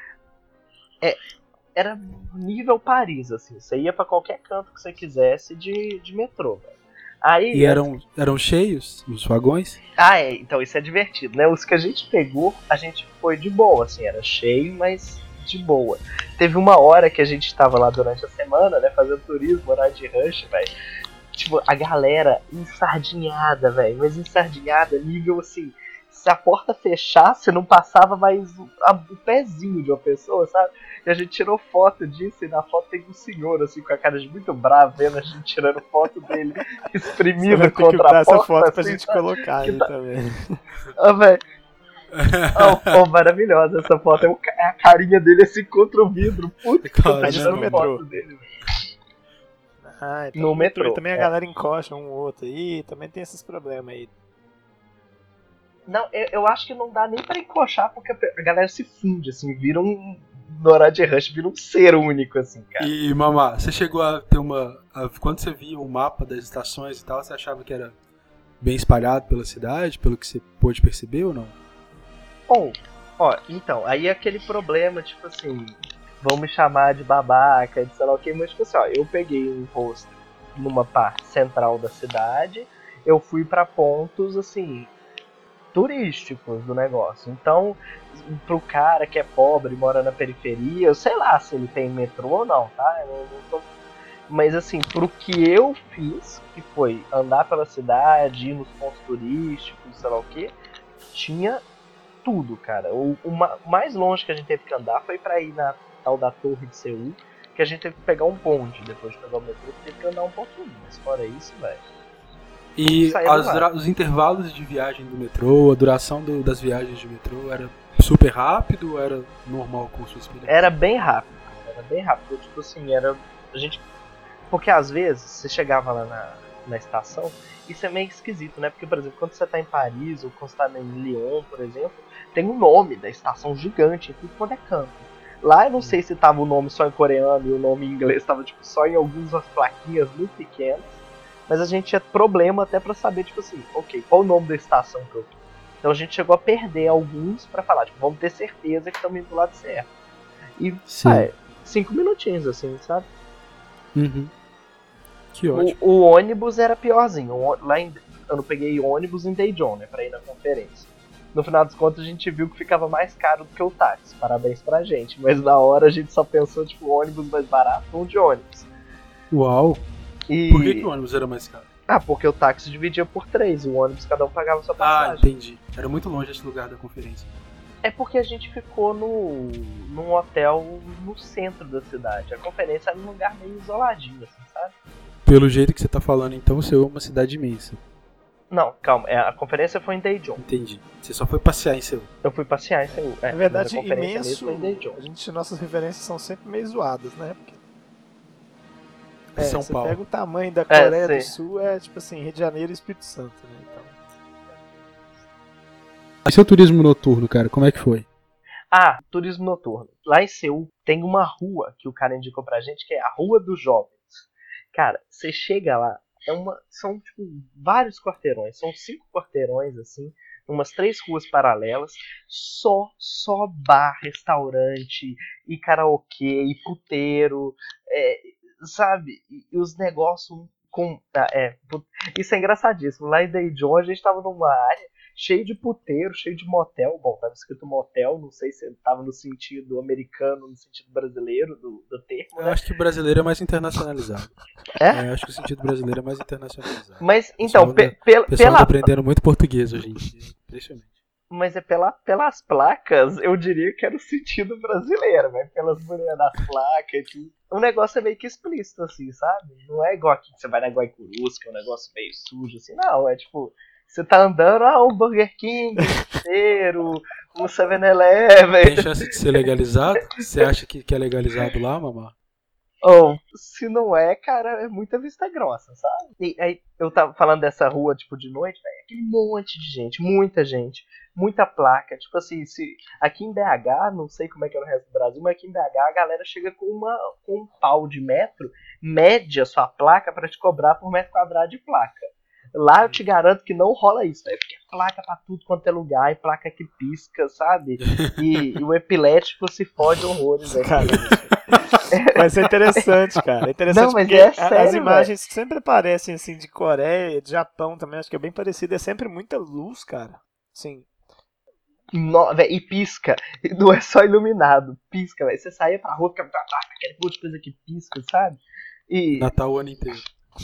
É, era nível Paris, assim. Você ia pra qualquer canto que você quisesse de, de metrô, velho. Aí.
E eram, eram cheios os vagões?
Ah, é. Então isso é divertido, né? Os que a gente pegou, a gente foi de boa, assim. Era cheio, mas de boa. Teve uma hora que a gente tava lá durante a semana, né? Fazendo turismo, horário de rush, velho. Tipo, a galera ensardinhada, velho. Mas ensardinhada, nível assim. Se a porta fechasse, não passava mais o, a- o pezinho de uma pessoa, sabe? E a gente tirou foto disso, e na foto tem um senhor, assim, com a cara de muito bravo, vendo a gente tirando foto dele,
Você
espremido
vai ter que
contra
dar
a
essa
porta,
foto pra
assim,
gente
sabe?
colocar aí
Que tá-
também.
Ah, velho. Oh, oh, maravilhosa essa foto. É o ca- é a carinha dele assim contra o vidro. Puta que
Claro,
eu tô
né,
tirando
no
foto
metrô.
dele.
Ah, então
No metrô,
E também a
é.
galera encosta um outro aí, também tem esses problemas aí.
Não, eu, eu acho que não dá nem pra encoxar, porque a pe- a galera se funde, assim, vira um. No horário de rush, vira um ser único, assim, cara.
E, mamá, você chegou a ter uma... a- quando você via o mapa das estações e tal, você achava que era bem espalhado pela cidade, pelo que você pôde perceber ou não?
Bom, ó, então, aí é aquele problema, tipo assim, vão me chamar de babaca, de sei lá o que, mas tipo assim, ó, eu peguei um posto numa parte central da cidade, eu fui pra pontos, assim, turísticos do negócio. Então, pro cara que é pobre e mora na periferia, eu sei lá se ele tem metrô ou não, tá? Eu não tô... Mas assim, pro que eu fiz, que foi andar pela cidade, ir nos pontos turísticos, sei lá o que, tinha tudo, cara. O, o ma- o mais longe que a gente teve que andar foi pra ir na tal da Torre de Seul, que a gente teve que pegar um bonde. Depois de pegar o metrô, teve que andar um pouquinho. Mas fora isso, velho.
E
Saía do
as
lado.
dura- os intervalos de viagem do metrô, a duração do- das viagens de metrô era super rápido ou era normal com sua experiência?
Era bem rápido, cara, era bem rápido. Tipo assim, era. A gente. Porque às vezes você chegava lá na, na estação, isso é meio esquisito, né? Porque, por exemplo, quando você tá em Paris ou quando você tá em Lyon, por exemplo, tem um nome da estação gigante em tudo quanto é canto. Lá eu não sei se tava o nome só em coreano e o nome em inglês tava tipo, só em algumas plaquinhas muito pequenas. Mas a gente tinha problema até pra saber, tipo assim, ok, qual o nome da estação que eu tô? Então a gente chegou a perder alguns pra falar, tipo, vamos ter certeza que estamos indo do lado certo. E,
Sim.
ah, é, cinco minutinhos, assim, sabe?
Uhum. Que ótimo.
O, o ônibus era piorzinho. O ô- lá em, eu não peguei ônibus em Daejeon, né, pra ir na conferência. No final das contas a gente viu que ficava mais caro do que o táxi. Parabéns pra gente. Mas na hora a gente só pensou, tipo, ônibus mais barato, um de ônibus.
Uau.
E...
Por que, que o ônibus era mais caro?
Ah, porque o táxi dividia por três, o ônibus cada um pagava sua
Ah,
passagem.
entendi. Era muito longe esse lugar da conferência.
É porque a gente ficou no num hotel no centro da cidade. A conferência era num lugar meio isoladinho, assim, sabe?
Pelo jeito que você tá falando, então, você é uma cidade imensa.
Não, calma, é, a conferência foi em Daejeon.
Entendi. Você só foi passear em Seul.
Eu fui passear em Seul. É,
Na verdade,
mas a conferência
imenso.
mesmo foi em Daejeon.
A gente, nossas referências são sempre meio zoadas, né? Porque, é,
São
você
Paulo.
pega o tamanho da
É,
Coreia do
sim.
Sul, é tipo assim, Rio de Janeiro e Espírito Santo, né? Então,
E seu turismo noturno, cara, como é que foi?
Ah, turismo noturno. Lá em Seul tem uma rua que o cara indicou pra gente, que é a Rua dos Jovens. Cara, você chega lá, é uma, são tipo vários quarteirões, são cinco quarteirões assim, umas três ruas paralelas, só só bar, restaurante e karaokê e puteiro, é, sabe? E, e os negócios com ah, é, put- isso é engraçadíssimo. Lá em Daejeon a gente tava numa área cheio de puteiro, cheio de motel. Bom, tava escrito motel, não sei se tava no sentido americano, no sentido brasileiro do, do termo,
Eu
né?
acho que o brasileiro é mais internacionalizado.
É?
eu acho que o sentido brasileiro é mais internacionalizado.
Mas, então,
pessoal
pe-
anda-
pe-
O pessoal tá
pela,
aprendendo muito português hoje em dia. Impressionante.
Mas é pela, pelas placas, eu diria que era o sentido brasileiro, velho. Pelas mulheres das placas e tudo. O negócio é meio que explícito, assim, sabe? Não é igual aqui que você vai na Guaicurus, que é um negócio meio sujo, assim. Não, é tipo, você tá andando, ah, um Burger King inteiro, um seven eleven.
Tem chance de ser legalizado? Você acha que, que é legalizado lá, mamá?
Ou, se não é, cara, é muita vista grossa, sabe? E aí, eu tava falando dessa rua, tipo, de noite, velho, aquele monte de gente, muita gente, muita placa. Tipo assim, se aqui em B H, não sei como é que é no resto do Brasil, mas aqui em B H a galera chega com, uma, com um pau de metro, mede a sua placa pra te cobrar por metro quadrado de placa. Lá eu te garanto que não rola isso, velho, porque é placa pra tudo quanto é lugar, e placa que pisca, sabe? E, e o epilético se fode horrores, velho.
Mas é interessante, cara. É interessante
Não, mas
porque
é
a-
sério,
as imagens que sempre aparecem assim de Coreia, de Japão também, acho que é bem parecido, é sempre muita luz, cara. Sim.
No, véio, e pisca, não é só iluminado, pisca, velho. Você saía pra rua, ficava aquele monte de coisa que pisca, sabe? E.
Natal o ano inteiro.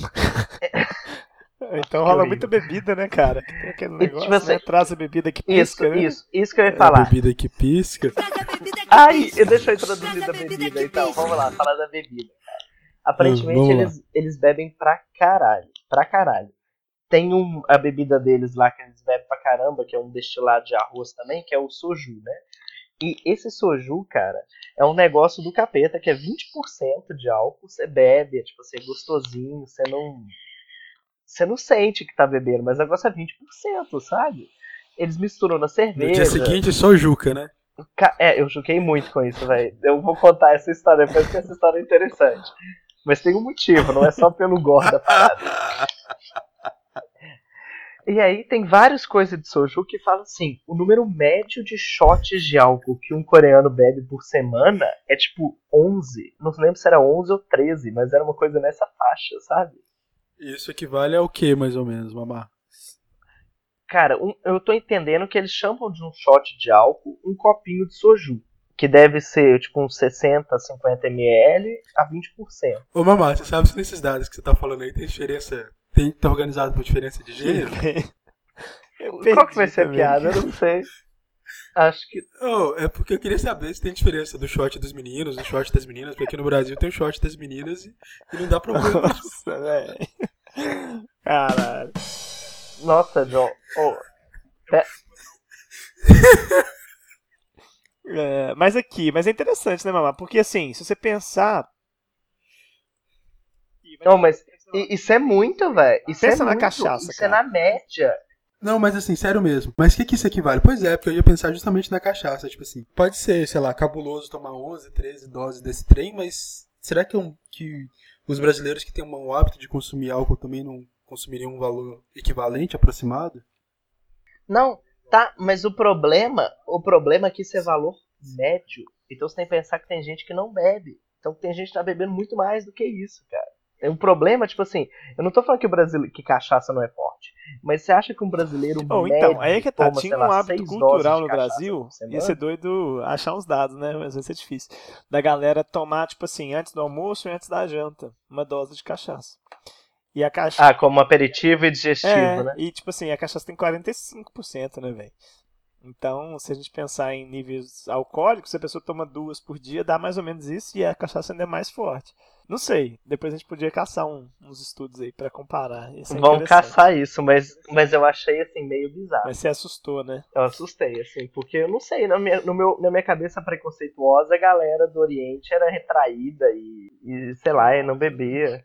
Então
Que
rola
horrível.
muita bebida, né, cara? Que tem aquele
E,
negócio,
tipo assim,
né? Traz a bebida que
Isso,
pisca, né?
isso, isso que eu ia
A
falar.
bebida que pisca.
Ai, eu- deixa eu introduzir da bebida então. Vamos lá, falar da bebida. Aparentemente
Hum, vamos lá.
eles, eles bebem pra caralho. Pra caralho. Tem um, a bebida deles lá que eles bebem pra caramba, que é um destilado de arroz também, que é o soju, né? E esse soju, cara, é um negócio do capeta, que é vinte por cento de álcool, você bebe, é tipo assim, é gostosinho, você não. Você não sente que tá bebendo, mas o negócio é vinte por cento, sabe? Eles misturam na
No
cerveja.
dia seguinte, só Juca, né?
Ca- É, eu joguei muito com isso, velho. Eu vou contar essa história depois, porque essa história é interessante. Mas tem um motivo, não é só pelo gore da parada. E aí tem várias coisas de soju que falam assim, o número médio de shots de álcool que um coreano bebe por semana é tipo onze. Não lembro se era onze ou treze, mas era uma coisa nessa faixa, sabe?
Isso equivale ao que, mais ou menos, mamá?
Cara, um- eu tô entendendo que eles chamam de um shot de álcool um copinho de soju. Que deve ser tipo uns sessenta, cinquenta mililitros a vinte por cento.
Ô, mamá, você sabe se nesses dados que você tá falando aí tem diferença... Tem, tá organizado por diferença de gênero?
Eu
Qual que vai
perdi
ser a
também.
piada? Eu não sei. Acho que.
Oh, é porque eu queria saber se tem diferença do shot dos meninos, do shot das meninas, porque aqui no Brasil tem o shot das meninas e, e não dá problema.
Nossa, velho. Caralho.
Nossa, John. Oh,
É, mas aqui, mas é interessante, né, mamá? Porque assim, se você pensar.
não, mas i- isso é muito, velho. Isso
Pensa
é
na
muito.
cachaça,
Isso
cara.
é na média.
Não, mas assim, sério mesmo. Mas o que, que isso equivale? Pois é, porque eu ia pensar justamente na cachaça. Tipo assim, pode ser, sei lá, cabuloso tomar onze, treze doses desse trem, mas será que, um, que os brasileiros que têm um hábito de consumir álcool também não consumiriam um valor equivalente, aproximado?
Não, tá, mas o problema, o problema é que isso é valor médio. Então você tem que pensar que tem gente que não bebe. Então tem gente que tá bebendo muito mais do que isso, cara. É um problema, tipo assim, eu não tô falando que o brasileiro, que cachaça não é forte, mas você acha que um brasileiro
Ou
médio
então, aí é que tá,
toma,
tinha
sei
um
lá,
hábito
seis
cultural
doses
no
de cachaça
Brasil,
por semana?
ia ser doido achar uns dados, né? Mas vai ser difícil. Da galera tomar, tipo assim, antes do almoço e antes da janta, uma dose de cachaça. E a cachaça.
Ah, como aperitivo e digestivo,
É,
né?
e tipo assim, a cachaça tem quarenta e cinco por cento, né, velho? Então, se a gente pensar em níveis alcoólicos, se a pessoa toma duas por dia, dá mais ou menos isso e a cachaça ainda é mais forte. Não sei, depois a gente podia caçar um- uns estudos aí pra comparar. Isso é
Vão
interessante.
caçar isso, mas, mas eu achei assim meio bizarro.
Mas você assustou, né?
Eu assustei, assim, porque eu não sei, na minha, no meu, na minha cabeça preconceituosa, a galera do Oriente era retraída e, e sei lá, e não bebia.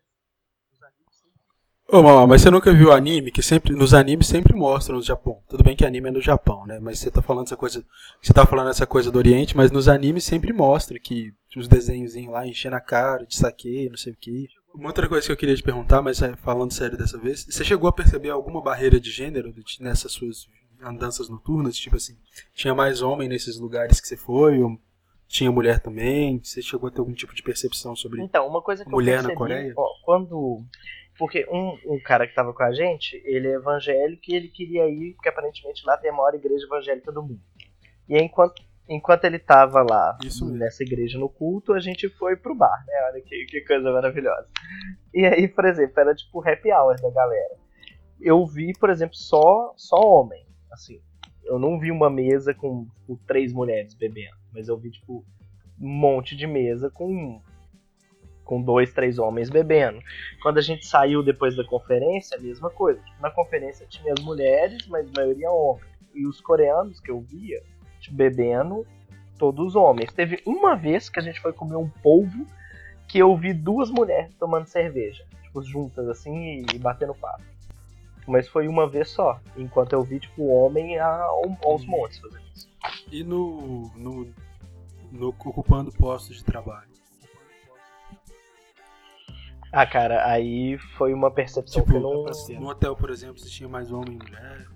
Ô, mamãe, mas você nunca viu anime? Que sempre, nos animes sempre mostram no Japão. Tudo bem que anime é no Japão, né? Mas você tá falando essa coisa. Você tá falando essa coisa do Oriente, mas nos animes sempre mostra que os desenhozinhos lá enchendo a cara de saque, não sei o que. Uma outra coisa que eu queria te perguntar, mas é, falando sério dessa vez, você chegou a perceber alguma barreira de gênero de- nessas suas andanças noturnas? Tipo assim, tinha mais homem nesses lugares que você foi? Ou tinha mulher também? Você chegou a ter algum tipo de percepção sobre
Então, uma coisa que
mulher
eu
na
percebi,
Coreia?
ó, quando... Porque um, um cara que tava com a gente, ele é evangélico e ele queria ir, porque aparentemente lá tem a maior igreja evangélica do mundo. E aí, enquanto, enquanto ele tava lá
Isso mesmo.
nessa igreja no culto, a gente foi pro bar, né? Olha que, que coisa maravilhosa. E aí, por exemplo, era tipo o happy hour da galera. Eu vi, por exemplo, só, só homem, assim. eu não vi uma mesa com, com três mulheres bebendo, mas eu vi, tipo, um monte de mesa com, com dois, três homens bebendo. Quando a gente saiu depois da conferência, a mesma coisa. Na conferência tinha as mulheres, mas a maioria homens. E os coreanos que eu via, tipo, bebendo, todos homens. Teve uma vez que a gente foi comer um polvo que eu vi duas mulheres tomando cerveja, tipo, juntas assim e batendo papo. Mas foi uma vez só, enquanto eu vi, tipo, homem a, aos montes fazendo isso.
E no, no, no ocupando postos de trabalho?
Ah, cara, aí foi uma percepção
Tipo,
que eu não...
no hotel, por exemplo, se tinha mais homem e mulher?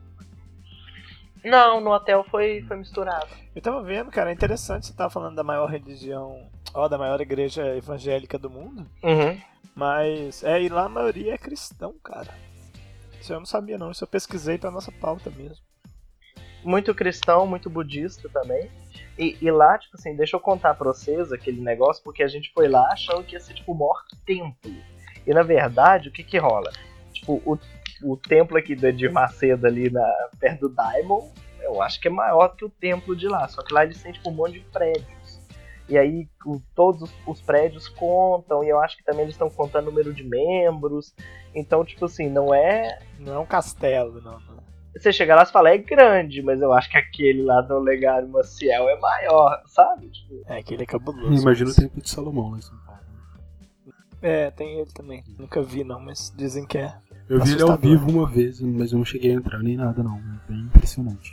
Não, no hotel foi, foi misturado.
Eu tava vendo, cara, é interessante você tava falando da maior religião, ó, da maior igreja evangélica do mundo,
Uhum.
mas é, e lá a maioria é cristão, cara. Isso eu não sabia não, isso eu pesquisei pra nossa pauta mesmo.
Muito cristão, muito budista também. E, e lá, tipo assim, deixa eu contar pra vocês aquele negócio, porque a gente foi lá achando que ia ser, tipo, o maior templo. E, na verdade, o que que rola? Tipo, o, o templo aqui do Edir Macedo, ali na, perto do Diamond, eu acho que é maior que o templo de lá. Só que lá eles têm, tipo, um monte de prédios. E aí, o, todos os, os prédios contam, e eu acho que também eles estão contando o número de membros. Então, tipo assim, não é...
Não é um castelo, não. não.
Você chega lá e fala, é grande, mas eu acho que aquele lá do Olegário Maciel é maior, sabe? Tipo,
É, aquele é cabuloso.
Imagina o templo de Salomão, né?
É, tem ele também. Nunca vi não, mas dizem que é.
Eu vi ele ao
assustador.
vivo uma vez, mas eu não cheguei a entrar nem nada, não. É bem impressionante.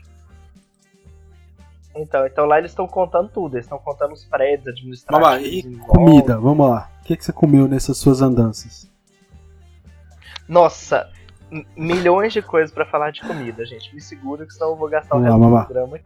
Então, então lá eles estão contando tudo, eles estão contando os prédios administrativos.
Mamá, e
em volta.
comida? Vamos lá. O que, que você comeu nessas suas andanças?
Nossa, m- milhões de coisas pra falar de comida, gente. Me segura que senão eu vou gastar o
Vamos lá,
resto do
mamá.
programa.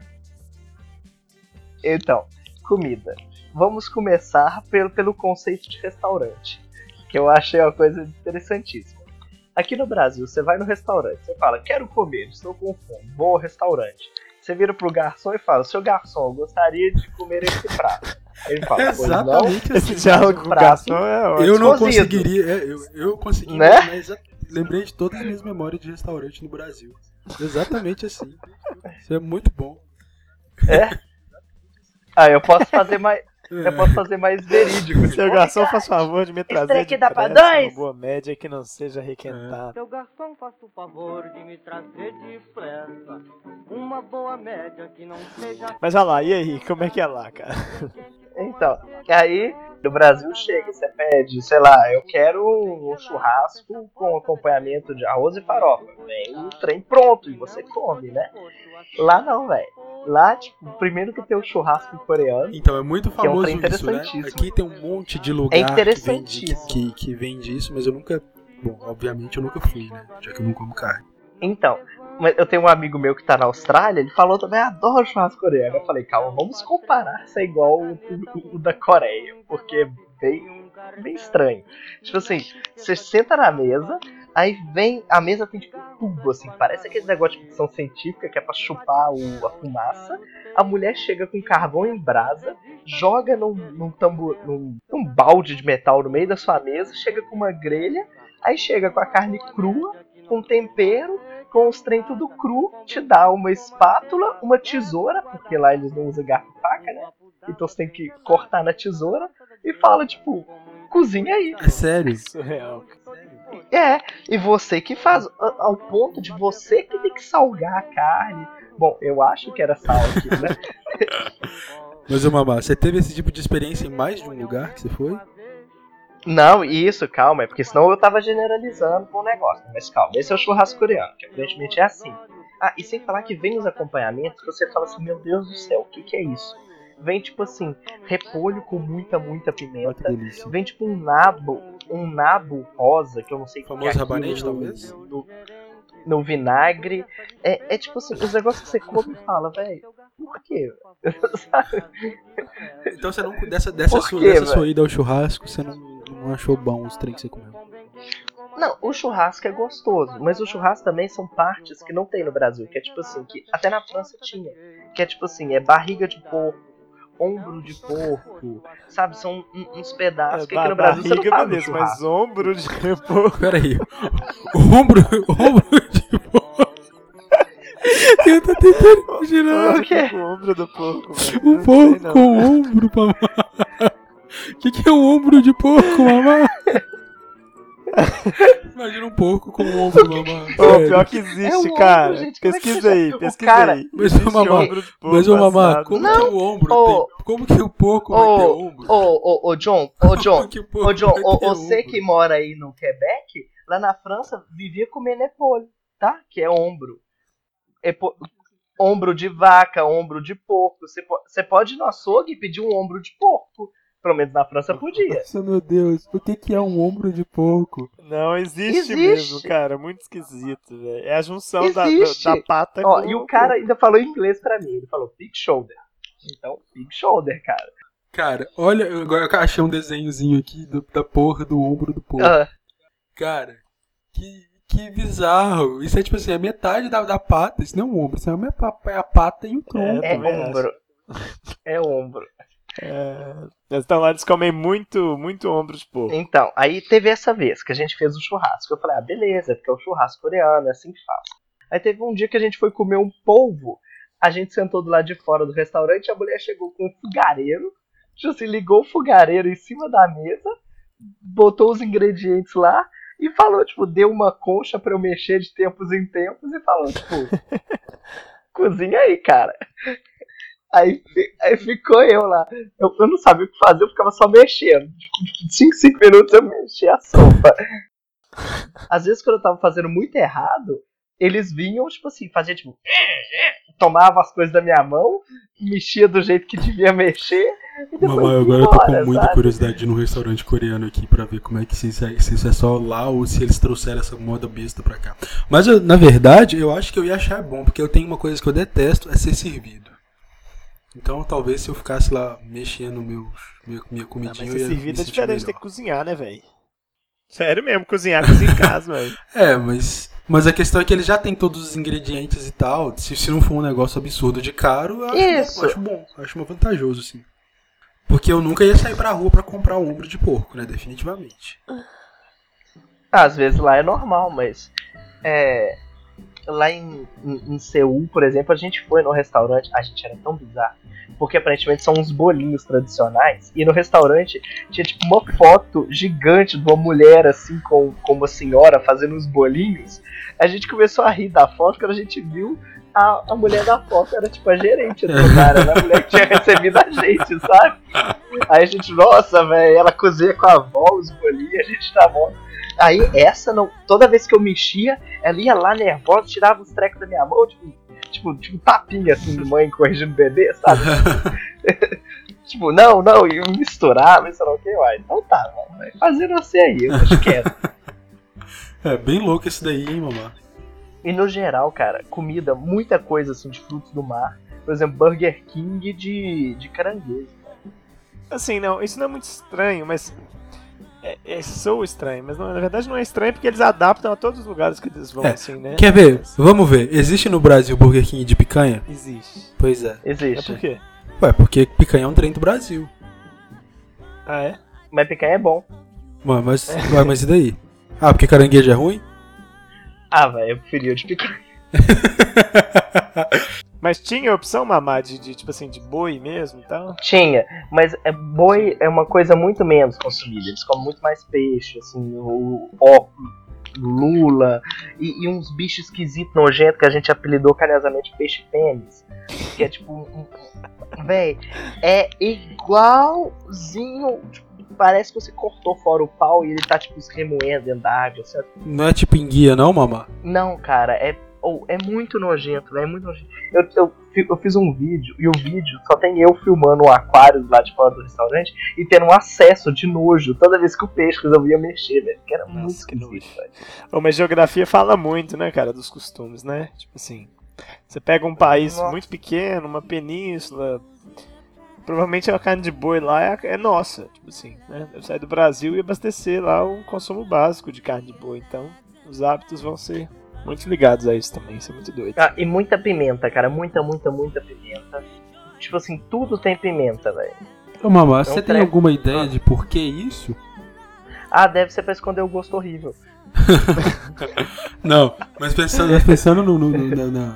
Então, comida. Vamos começar pelo, pelo conceito de restaurante, que eu achei uma coisa interessantíssima. Aqui no Brasil, você vai no restaurante, você fala, quero comer, estou com fome, vou ao restaurante. Você vira pro garçom e fala, seu garçom, eu gostaria de comer esse prato. Ele fala, pois não,
Exatamente
Esse
assim.
diálogo com o
prato.
garçom é ótimo.
Eu não
Cozido.
conseguiria. é, eu, eu consegui,
Né?
mas exa- lembrei de todas as minhas memórias de restaurante no Brasil. Exatamente assim. Isso é muito bom.
É? Ah, eu posso fazer mais. Eu posso fazer mais verídico.
Seu garçom, faz favor de me trazer
daqui dá pra
depressa
dois?
uma boa média que não seja requentada.
Seu garçom, faça o favor de me trazer depressa uma boa média que não seja...
Mas olha lá, e aí, como é que é lá, cara?
Então, aí no Brasil chega, você pede, sei lá, eu quero um churrasco com acompanhamento de arroz e farofa. Vem o trem pronto e você come, né? Lá não, velho. Lá, tipo, primeiro que tem o churrasco coreano.
Então, é muito
é um
famoso
trem
isso, né?
interessantíssimo.
Aqui tem um monte de lugar
É
que, vende,
interessantíssimo.
que, que vende isso, mas eu nunca... Bom, obviamente eu nunca fui, né? Já que eu não como carne.
Então, mas eu tenho um amigo meu que tá na Austrália, ele falou também, adoro churrasco coreano. Eu falei, calma, vamos comparar se é igual o, o- o da Coreia, porque é bem, bem estranho. Tipo assim, você senta na mesa, aí vem, a mesa tem tipo um tubo, assim, parece aquele negócio de ficção científica que é pra chupar o, a fumaça. A mulher chega com carvão em brasa, joga num, num, tambo, num, num balde de metal no meio da sua mesa, chega com uma grelha, aí chega com a carne crua, com tempero, com os trem tudo cru, te dá uma espátula, uma tesoura, porque lá eles não usam garfo e faca, né? Então você tem que cortar na tesoura e fala, tipo, cozinha aí.
É sério?
Surreal.
É, e você que faz, a- ao ponto de você que tem que salgar a carne. Bom, eu acho que era sal aqui, né?
Mas, ô Mamá, você teve esse tipo de experiência em mais de um lugar que você foi?
Não, isso, calma, é porque senão eu tava generalizando com o negócio. Mas calma, esse é o churrasco coreano, que aparentemente é assim. Ah, e sem falar que vem os acompanhamentos que você fala assim, meu Deus do céu, o que que é isso? Vem tipo assim, repolho com muita, muita
Olha que
pimenta.
delícia.
Vem tipo um nabo, um nabo rosa, que eu não sei o que é
Famoso
aquilo,
rabanete,
no-
talvez?
No, no vinagre. É, é tipo assim, os negócios que você come e fala, velho, por quê? Sabe?
Então você não, dessa, dessa,
Por
sua,
quê,
dessa
velho?
sua ida ao churrasco, você não, não achou bom os trem que você comeu?
Não, o churrasco é gostoso, mas o churrasco também são partes que não tem no Brasil, que é tipo assim, que até na França tinha, que é tipo assim, é barriga de porco, ombro de porco, sabe? São um- uns pedaços que aqui no Brasil você não
barriga,
faz no
beleza, mas
churrasco.
ombro de porco.
Pera aí. O ombro, o ombro de porco. Tenta tentando imaginar.
O que é o ombro do porco, velho?
Um
Não sei,
porco
não.
com ombro, mamá. O que, que é um ombro de porco, mamá? Imagina um porco com um ombro, mamá.
Ô,
Sério.
pior que existe,
É um ombro,
cara.
gente, como é que
Pesquisa
você-
aí,
o
pesquisa
cara-
aí.
Mas,
Existe
ô, mamá,
ombro de porco
Mas, ô, mamá,
assado.
como
Não,
que o ombro
ô,
tem... Como que o porco vai ter
Ô,
ombro?
ô, ô, ô, John, ô, John,
Como que o porco
ô, John,
vai
ô,
ter
você
ombro?
que mora aí no Quebec, lá na França, vivia comendo épole, tá? Que é ombro. Epo- Ombro de vaca, ombro de porco. Você po- você pode ir no açougue e pedir um ombro de porco. Pelo menos na França podia.
Nossa, meu Deus, o que que é um ombro de porco?
Não, existe,
Existe.
mesmo, cara. Muito esquisito, velho. É a junção da,
Existe.
da, da pata
Ó,
com
e o cara ainda falou em inglês pra mim. Ele falou big shoulder. Então, big shoulder, cara.
Cara, olha, agora eu achei um desenhozinho aqui do- da porra do ombro do porco.
Ah,
Cara, que, que bizarro. Isso é tipo assim, a metade da, da pata. Isso não é um ombro, isso é a, minha pa- é a pata e o tronco.
é
também
ombro. É ombro.
É... Então lá eles comem muito, muito ombro de porco.
Então, aí teve essa vez que a gente fez o churrasco. Eu falei, ah, beleza, porque é o churrasco coreano, é assim que faz. Aí teve um dia que a gente foi comer um polvo. A gente sentou do lado de fora do restaurante e a mulher chegou com um fogareiro. Tipo assim, ligou o fogareiro em cima da mesa, botou os ingredientes lá e falou, tipo, deu uma concha pra eu mexer de tempos em tempos e falou, tipo, cozinha aí, cara. Aí, fi- aí ficou eu lá. Eu, eu não sabia o que fazer, eu ficava só mexendo. De cinco em cinco minutos eu mexia a sopa. Às vezes, quando eu tava fazendo muito errado, eles vinham, tipo assim, fazia tipo. Tomava as coisas da minha mão, mexia do jeito que devia mexer. E depois
Mamãe,
ia
agora eu tô com
embora,
muita
sabe?
curiosidade de ir num restaurante coreano aqui pra ver como é que se isso é, se isso é só lá ou se eles trouxeram essa moda besta pra cá. Mas eu, na verdade, eu acho que eu ia achar bom, porque eu tenho uma coisa que eu detesto, é ser servido. Então talvez se eu ficasse lá mexendo meu, meu, minha
Ah,
comidinha,
mas
eu
ser
ia me
servido é
sentir
diferente de ter
melhor.
que cozinhar, né, velho? Sério mesmo, cozinhar, cozinhar em casa, velho.
É, mas, mas a questão é que ele já tem todos os ingredientes e tal. Se, se não for um negócio absurdo de caro, eu acho,
Isso.
eu acho bom, eu acho vantajoso, assim. Porque eu nunca ia sair pra rua pra comprar um ombro de porco, né? Definitivamente.
Às vezes lá é normal, mas é, lá em, em, em Seul, por exemplo, a gente foi no restaurante, a gente era tão bizarro, porque aparentemente são uns bolinhos tradicionais, e no restaurante tinha tipo uma foto gigante de uma mulher assim com, com uma senhora fazendo uns bolinhos. A gente começou a rir da foto quando a gente viu a, a mulher da foto era tipo a gerente do lugar, era a mulher que tinha recebido a gente, sabe? Aí a gente, nossa, velho, ela cozinha com a avó os bolinhos, a gente tá bom. Aí essa, não, toda vez que eu mexia, ela ia lá nervosa, tirava os trecos da minha mão, tipo, tipo, tipo tapinha assim de mãe corrigindo o bebê, sabe? Tipo, não, não, e misturar, misturar o que, uai. Então tá, mano, vai fazer você aí, eu acho que é.
É bem louco esse daí, hein, mamãe?
E no geral, cara, comida, muita coisa assim de frutos do mar. Por exemplo, Burger King de, de caranguejo.
Assim, não, isso não é muito estranho, mas. É, é sou estranho, mas não, na verdade não é estranho porque eles adaptam a todos os lugares que eles vão,
É,
assim, né?
Quer ver? Vamos ver. Existe no Brasil Burger King de picanha?
Existe.
Pois é.
É
Existe.
por quê?
Ué, porque picanha é um trem do Brasil.
Ah, é?
Mas picanha é bom.
Mano, mas, ué, mas e daí? Ah, porque caranguejo é ruim?
Ah, velho, eu preferia o de picanha.
Mas tinha a opção, Mamá, de, de, tipo assim, de boi mesmo e tal?
Tinha, mas é, boi é uma coisa muito menos consumida. Eles comem muito mais peixe, assim, o, ó, lula e, e uns bichos esquisitos, nojentos, que a gente apelidou carinhosamente peixe pênis. Que é tipo um. um véi, é igualzinho. Tipo, parece que você cortou fora o pau e ele tá tipo se remoendo dentro da água, sabe?
Não é tipo enguia, não, mamá?
Não, cara, é, oh, é muito nojento, né? É muito nojento. Eu, eu, fi- eu fiz um vídeo e o vídeo só tem eu filmando um aquário lá de fora do restaurante e tendo um acesso de nojo toda vez que o peixe resolvia mexer, velho. Que era
Nossa,
muito
que
esquisito,
nojo.
velho.
Ô, mas geografia fala muito, né, cara, dos costumes, né? Tipo assim, você pega um país
Nossa.
muito pequeno, uma península, provavelmente a carne de boi lá é, é nossa, tipo assim, né? Deve sair do Brasil e abastecer lá um consumo básico de carne de boi, então os hábitos vão ser muito ligados a isso também, isso é muito doido.
Ah, e muita pimenta, cara. Muita, muita, muita pimenta. Tipo assim, tudo tem pimenta, velho.
Ô, mamá,
É um
você tem
treco.
alguma ideia de por que isso?
Ah, deve ser pra esconder o gosto horrível.
Não, mas pensando, mas pensando no, no- no- na, na-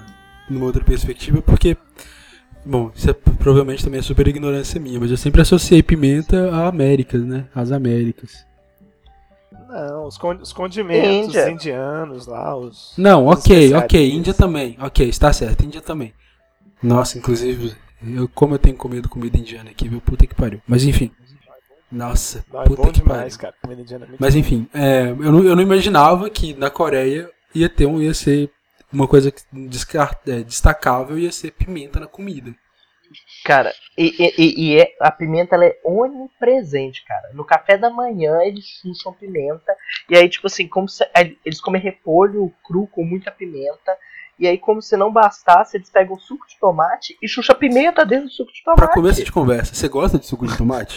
numa outra perspectiva, porque, bom, isso é, provavelmente também é super ignorância minha, mas eu sempre associei pimenta a Américas, né? Às Américas.
Não, os, con- os condimentos
Índia.
indianos lá, os...
Não,
as
ok,
especiarias.
ok, Índia também. Ok, está certo, Índia também. Nossa, inclusive, eu, como eu tenho comido comida indiana aqui, viu? Puta que pariu. Mas enfim. Nossa,
Não, é
puta
bom
que
demais,
pariu.
cara. Comida indiana é muito
Mas enfim, é, eu, não, eu não imaginava que na Coreia ia ter um, ia ser uma coisa que descar- é, destacável, ia ser pimenta na comida.
Cara, e, e- e- e é- a pimenta ela é onipresente, cara. No café da manhã eles chucham pimenta. E aí, tipo assim, como se, aí eles comem repolho cru com muita pimenta. E aí, como se não bastasse, eles pegam suco de tomate e chucham pimenta dentro do suco de tomate.
Pra começo de conversa, você gosta de suco de tomate?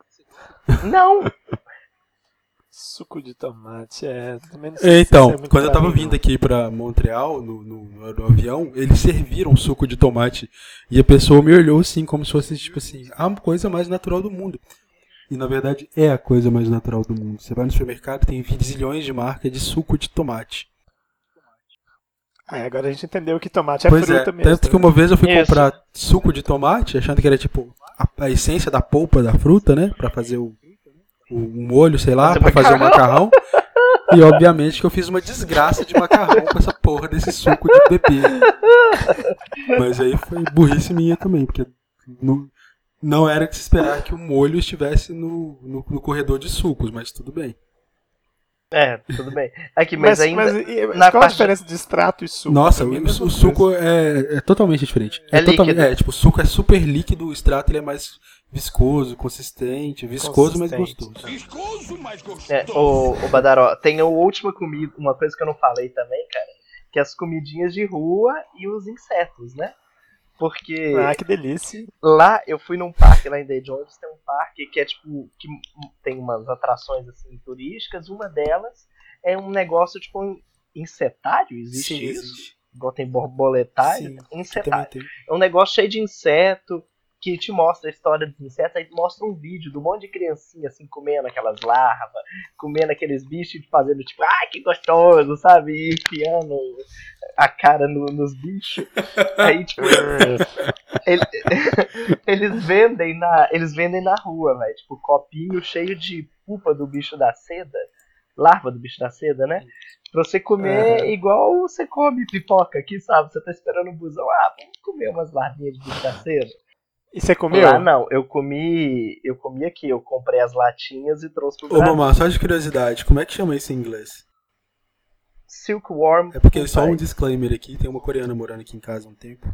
Não,
Suco de tomate, é. Também não sei se
Então,
isso é muito
quando eu
pra
tava
mim,
vindo
não.
aqui pra Montreal, no, no, no avião, eles serviram suco de tomate. E a pessoa me olhou assim, como se fosse, tipo assim, a coisa mais natural do mundo. E na verdade é a coisa mais natural do mundo. Você vai no supermercado, tem zilhões de marcas de suco de tomate.
Ah, agora a gente entendeu que tomate é
Pois
fruta
é,
mesmo.
tanto que uma vez eu fui
Isso.
comprar suco de tomate, achando que era tipo a, a essência da polpa da fruta, né? Pra fazer o, o, o molho, sei lá,
Fazer
pra fazer o macarrão. E obviamente que eu fiz uma desgraça de macarrão com essa porra desse suco de bebê. Mas aí foi burrice minha também, porque não, não era de se esperar que o molho estivesse no, no, no corredor de sucos, mas tudo bem.
é, tudo bem. Aqui, mas,
Mas,
ainda.
mas e-
na
qual a
parte-
diferença de extrato e suco?
Nossa,
Pra mim é a
o,
mesma
o
coisa.
suco é, é totalmente diferente.
É
totalmente,
líquido.
é, tipo, o suco é super líquido, o extrato ele é mais viscoso, consistente, viscoso, mas
Consistente.
gostoso.
É, o, o Badaró, tem a última comida, uma coisa que eu não falei também, cara, que é as comidinhas de rua e os insetos, né? Porque
Ah, que delícia.
lá eu fui num parque lá em The Jones, tem um parque que é tipo, que tem umas atrações assim turísticas, uma delas é um negócio tipo um insetário, existe
Sim,
isso?
existe.
Igual tem borboletário,
Sim, aqui
insetário.
também tem.
É um negócio cheio de inseto, que te mostra a história dos insetos, aí mostra um vídeo de um monte de criancinha assim, comendo aquelas larvas, comendo aqueles bichos e fazendo tipo, ai que gostoso, sabe? E enfiando a cara no- nos bichos. Aí, tipo, ele- eles vendem na. Eles vendem na rua, velho. Tipo, copinho cheio de pupa do bicho da seda. Larva do bicho da seda, né? Pra você comer
Aham.
igual você come pipoca aqui, sabe? Você tá esperando o busão. Ah, vamos comer umas larvinhas de bicho da seda.
E você comeu?
Lá não, eu comi. Eu comi aqui, eu comprei as latinhas e trouxe pro
Ô,
Brasil.
mamãe, só de curiosidade, como é que chama isso em inglês?
Silkworm.
É porque só um
Pie.
disclaimer aqui, tem uma coreana morando aqui em casa há um tempo.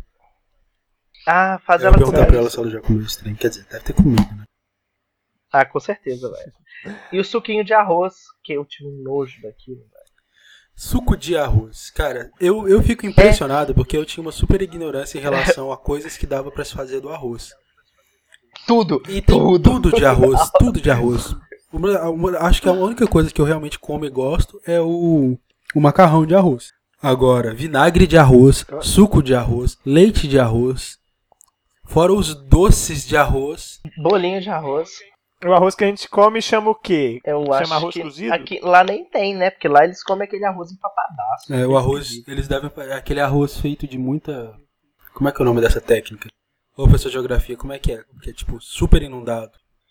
Ah, faz
Eu
ela
vou perguntar
comer
pra ela
isso.
se ela já comeu esse trem. Quer dizer, deve ter comido, né?
Ah, com certeza, velho. E o suquinho de arroz, que eu tive um nojo daquilo, velho.
Suco de arroz. Cara, eu, eu fico impressionado porque eu tinha uma super ignorância em relação a coisas que dava pra se fazer do arroz.
Tudo,
E tem
tudo.
tudo de arroz, tudo de arroz. Uma- uma- acho que a única coisa que eu realmente como e gosto é o, o macarrão de arroz. Agora, vinagre de arroz, suco de arroz, leite de arroz, fora os doces de arroz.
Bolinho de arroz.
O arroz que a gente come chama o quê?
Eu
Chama
acho
arroz
que
cozido?
aqui, lá nem tem, né? Porque lá eles comem aquele arroz empapadaço.
É, o arroz, eles devem. É aquele arroz feito de muita. Como é que é o nome dessa técnica? Ô, professor de geografia, como é que é? Que é tipo super inundado.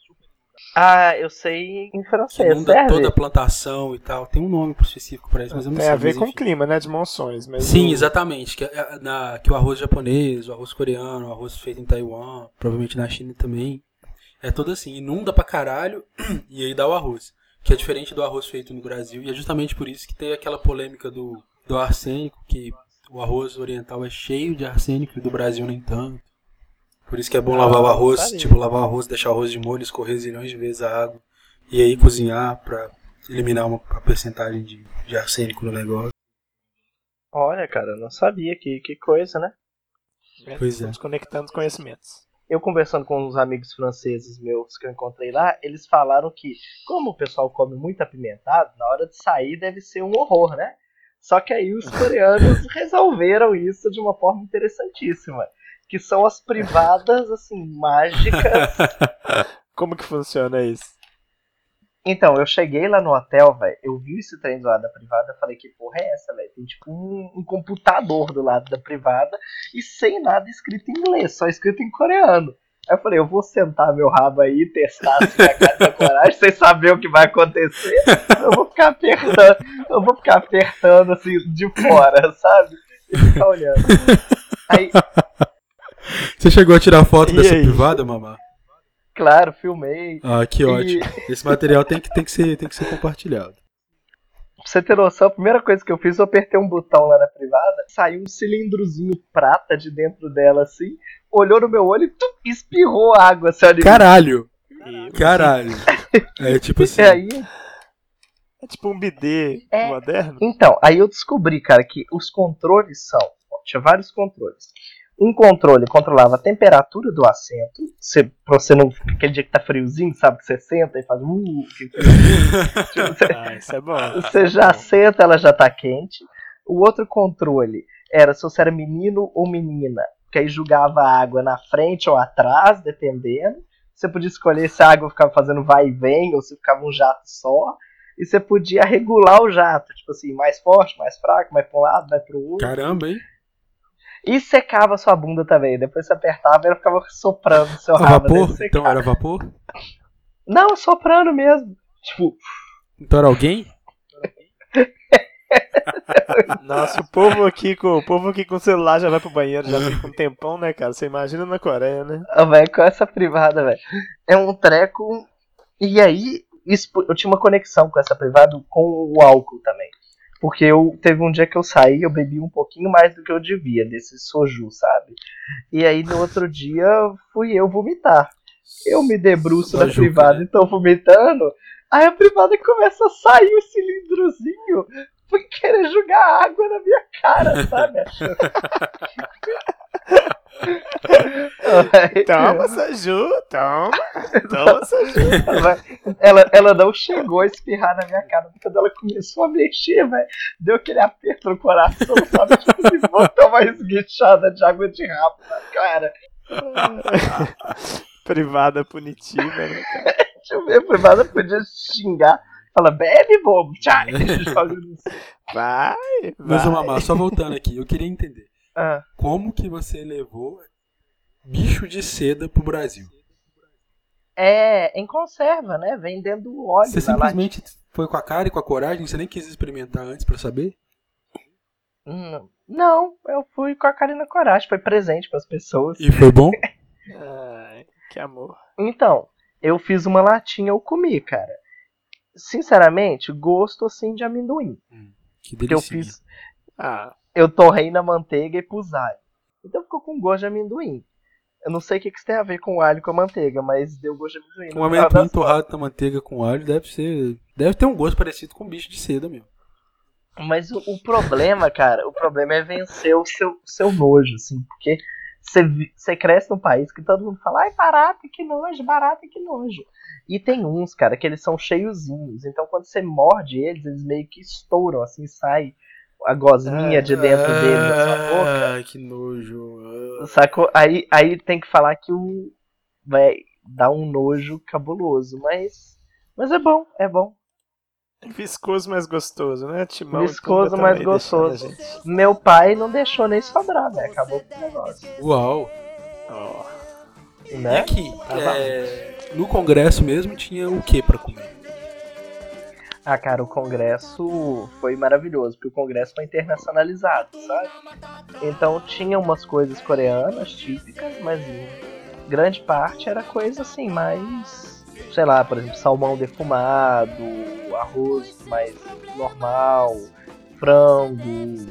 Ah, eu sei em
Que
francês,
inunda
serve?
toda a plantação e tal. Tem um nome específico pra isso, mas eu não
Tem
sei.
a ver
mas
com o
enfim.
clima, né? De monções. Mas
Sim,
o-
exatamente. Que, é- na, que o arroz japonês, o arroz coreano, o arroz feito em Taiwan, provavelmente na China também. É todo assim, inunda pra caralho e aí dá o arroz. Que é diferente do arroz feito no Brasil. E é justamente por isso que tem aquela polêmica do, do arsênico, que o arroz oriental é cheio de arsênico e do Brasil nem tanto. Por isso que é bom
Ah,
lavar o arroz,
sabia.
tipo, lavar o arroz, deixar o arroz de molho, escorrer zilhões de vezes a água. E aí cozinhar pra eliminar uma, a percentagem de, de arsênico no negócio.
Olha, cara, eu não sabia. Que, que coisa, né?
Pois é.
Estamos conectando os conhecimentos.
Eu conversando com uns amigos franceses meus que eu encontrei lá, eles falaram que, como o pessoal come muito apimentado, na hora de sair deve ser um horror, né? Só que aí os coreanos resolveram isso de uma forma interessantíssima. Que são as privadas, assim, mágicas.
Como que funciona isso?
Então, eu cheguei lá no hotel, velho, eu vi esse trem do lado da privada, falei, que porra é essa, velho? Tem tipo um, um computador do lado da privada e sem nada escrito em inglês, só escrito em coreano. Aí eu falei, eu vou sentar meu rabo aí, testar se minha cara tá coragem, sem saber o que vai acontecer. Eu vou ficar apertando, eu vou ficar apertando assim de fora, sabe? E ficar olhando. Aí,
Você chegou a tirar foto
E
dessa
aí?
privada, mamá?
claro, filmei.
Ah, que
E-
ótimo. Esse material tem que, tem, que ser, tem que ser compartilhado.
Pra você ter noção, a primeira coisa que eu fiz, eu apertei um botão lá na privada, saiu um cilindrozinho prata de dentro dela, assim, olhou no meu olho e tum, espirrou água, assim, ó, de mim.
Caralho! Caralho! É tipo assim.
E aí,
É tipo um bidê
É.
moderno.
então, aí eu descobri, cara, que os controles são, ó, tinha vários controles. Um controle controlava a temperatura do assento, você, pra você não, aquele dia que tá friozinho, sabe, que você senta e faz uh, que friozinho. Tipo, você-
Ah, isso é bom.
Você já senta, ela já tá quente. O outro controle era se você era menino ou menina, que aí julgava a água na frente ou atrás, dependendo. Você podia escolher se a água ficava fazendo vai e vem ou se ficava um jato só. E você podia regular o jato, tipo assim, mais forte, mais fraco, mais pra um lado, mais pro outro.
Caramba, hein?
E secava a sua bunda também. Depois você apertava e ela ficava soprando o seu
A
rabo.
vapor?
daí você
Então
secava.
era vapor?
Não, soprando mesmo. Tipo,
Então era alguém?
Nossa, o povo aqui com o povo aqui com o celular já vai pro banheiro, já fica um tempão, né, cara? Você imagina na Coreia, né?
Ah, velho, com essa privada, velho. É um treco. E aí, isso- eu tinha uma conexão com essa privada com o álcool também. Porque eu teve um dia que eu saí, eu bebi um pouquinho mais do que eu devia, desse soju, sabe? E aí no outro dia fui eu vomitar. Eu me debruço na
Bajuca,
privada
né?
e tô vomitando. Aí a privada começa a sair o cilindrozinho. Fui querer jogar água na minha cara, sabe? Achando- Ai,
Toma, Saju, toma, toma, Saju.
Ela, ela não chegou a espirrar na minha cara, quando ela começou a mexer, velho, deu aquele aperto no coração, sabe? Tipo assim, vou tomar esguichada de água de rabo na cara.
Privada punitiva, né, cara?
Deixa eu ver, a privada podia xingar. Fala, bebe, bobo, tchau. Joga no-
Vai,
Mas,
vai.
ô mamá, só voltando aqui, eu queria entender.
Ah,
Como que você levou bicho de seda pro Brasil?
é, em conserva, né? Vendendo óleo.
Você
na
simplesmente foi com a cara e com a coragem? Você nem quis experimentar antes pra saber?
Hum, Não, eu fui com a cara e na coragem, foi presente pras pessoas.
E foi bom?
Ai, que amor.
Então, eu fiz uma latinha, eu comi, cara. Sinceramente, gosto assim de amendoim.
Que
Que eu
delícia.
fiz,
Ah,
eu torrei na manteiga e pus alho. Então ficou com gosto de amendoim. Eu não sei o que que isso tem a ver com o alho e com a manteiga, mas deu gosto de amendoim.
Um
no final
amendoim
das
torrado na manteiga com alho deve ser. Deve ter um gosto parecido com bicho de seda mesmo.
contas. Mas o, o problema, cara, o problema é vencer o seu, seu nojo, assim, porque você vi- você cresce num país que todo mundo fala, ai, barata, que nojo, barata, que nojo. E tem uns, cara, que eles são cheiozinhos, então quando você morde eles, eles meio que estouram, assim, sai a gosminha de dentro deles da sua boca.
Ai, que nojo. Ah.
Sacou? Aí, aí tem que falar que o. Vai dar um nojo cabuloso, mas. Mas é bom, é bom.
viscoso, mas gostoso, né? Timão e
Viscoso,
Pumba
mas
também deixando a
gostoso.
gente.
Meu pai não deixou nem sobrar, né? Acabou com o negócio.
Uau.
Ó,
E
Né?
aqui,
Tá
é, no congresso mesmo tinha o que pra comer?
Ah, cara, o congresso foi maravilhoso, porque o congresso foi internacionalizado, sabe? Então tinha umas coisas coreanas típicas, mas em grande parte era coisa assim, mais. Sei lá, por exemplo, salmão defumado, arroz mais normal, frango,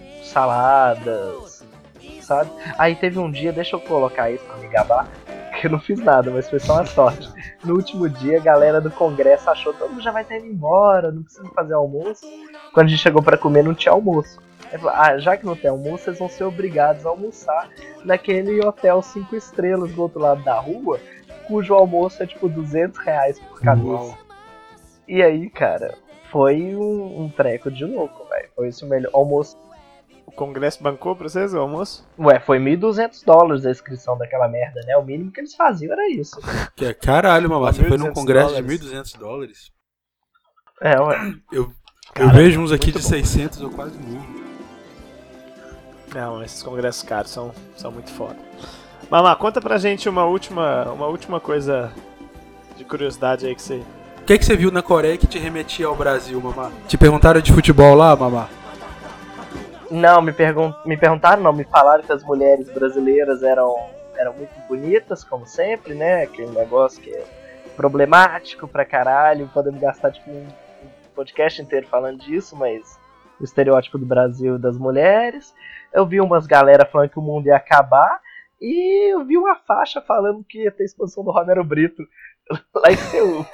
saladas, sabe? Aí teve um dia, deixa eu colocar isso pra me gabar, que eu não fiz nada, mas foi só uma sorte. No último dia, a galera do congresso achou que todo mundo já vai ter ido embora, não precisa fazer almoço. Quando a gente chegou pra comer, não tinha almoço. Aí falou, ah, já que não tem almoço, vocês vão ser obrigados a almoçar naquele hotel cinco estrelas do outro lado da rua, cujo almoço é tipo duzentos reais por cabeça.
Uau.
E aí, cara, foi um, um treco de louco, velho. Foi esse o melhor almoço.
o Congresso bancou pra vocês o almoço?
Ué, foi mil e duzentos dólares a inscrição daquela merda, né? O mínimo que eles faziam era isso.
Que é caralho, mamá. Você foi num
mil e duzentos
congresso de
dólares.
mil e duzentos dólares?
É, ué.
Eu, eu
Cara,
vejo uns aqui
muito
de
bom.
seiscentos, eu quase morro.
Não, esses congressos caros são, são muito foda. Mamá, conta pra gente uma última, uma última coisa de curiosidade aí que você...
O que, que você viu na Coreia que te remetia ao Brasil, mamá? Te perguntaram de futebol lá, mamá?
Não, me, pergun me perguntaram, não, me falaram que as mulheres brasileiras eram, eram muito bonitas, como sempre, né? Aquele negócio que é problemático pra caralho, podemos gastar tipo um podcast inteiro falando disso, mas o estereótipo do Brasil e das mulheres. Eu vi umas galera falando que o mundo ia acabar, e eu vi uma faixa falando que ia ter expansão do Romero Brito lá em Seul.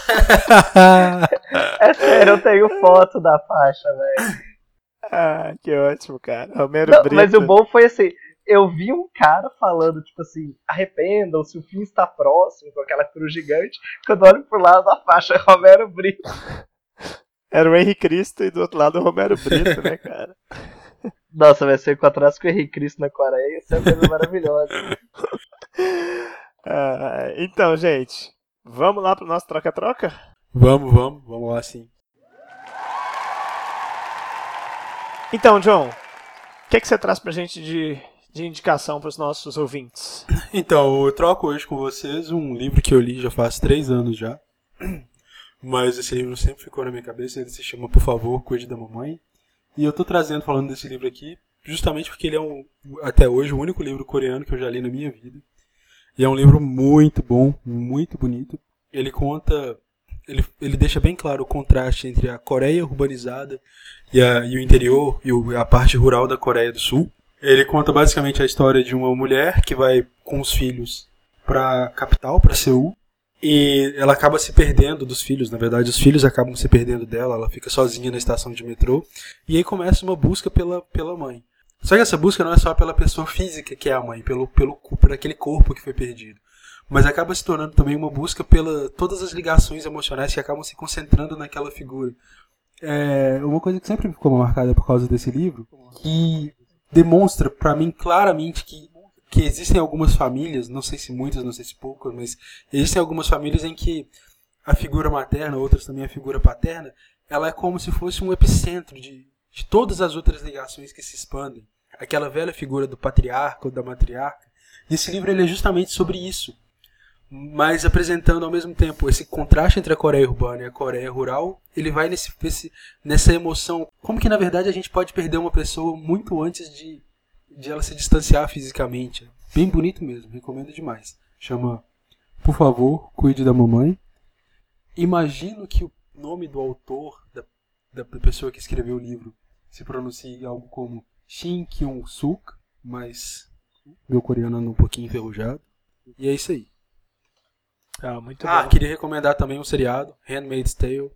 É sério, eu tenho foto da faixa, velho.
Ah, que ótimo, cara. Romero
Não,
Brito.
mas o bom foi assim, eu vi um cara falando, tipo assim, arrependam-se, o fim está próximo, com aquela cruz gigante, quando eu olho pro lado da faixa, é Romero Brito.
Era o Henrique Cristo e do outro lado o Romero Brito, né, cara?
Nossa, vai ser encontrasse com o Henrique Cristo na Coreia, isso é uma coisa maravilhosa.
Ah, então, gente, vamos lá pro nosso troca-troca?
Vamos, vamos, vamos lá sim.
Então, John, o que, que você traz pra gente de, de indicação pros nossos ouvintes?
Então, eu troco hoje com vocês um livro que eu li já faz três anos já. Mas esse livro sempre ficou na minha cabeça, ele se chama Por Favor, Cuide da Mamãe. E eu tô trazendo, falando desse livro aqui, justamente porque ele é, um, até hoje, o único livro coreano que eu já li na minha vida. E é um livro muito bom, muito bonito. Ele conta, ele, ele deixa bem claro o contraste entre a Coreia urbanizada e, a, e o interior, e o, a parte rural da Coreia do Sul. Ele conta basicamente a história de uma mulher que vai com os filhos pra capital, pra Seul. E ela acaba se perdendo dos filhos, na verdade os filhos acabam se perdendo dela, ela fica sozinha na estação de metrô, e aí começa uma busca pela, pela mãe. Só que essa busca não é só pela pessoa física que é a mãe, pelo, pelo, por aquele corpo que foi perdido, mas acaba se tornando também uma busca pela todas as ligações emocionais que acabam se concentrando naquela figura. É uma coisa que sempre ficou marcada por causa desse livro, que demonstra pra mim claramente que que existem algumas famílias, não sei se muitas, não sei se poucas, mas existem algumas famílias em que a figura materna, outras também a figura paterna, ela é como se fosse um epicentro de, de todas as outras ligações que se expandem. Aquela velha figura do patriarca ou da matriarca. E esse livro ele é justamente sobre isso, mas apresentando ao mesmo tempo esse contraste entre a Coreia urbana e a Coreia rural. Ele vai nesse, nesse, nessa emoção, como que na verdade a gente pode perder uma pessoa muito antes de de ela se distanciar fisicamente. Bem bonito mesmo, recomendo demais. Chama Por Favor, Cuide da Mamãe. Imagino que o nome do autor, da, da pessoa que escreveu o livro, se pronuncie algo como Shin Kyung-suk, mas meu coreano anda um pouquinho enferrujado. E é isso aí.
Ah, muito
Ah,
bom.
queria recomendar também um seriado, Handmaid's Tale,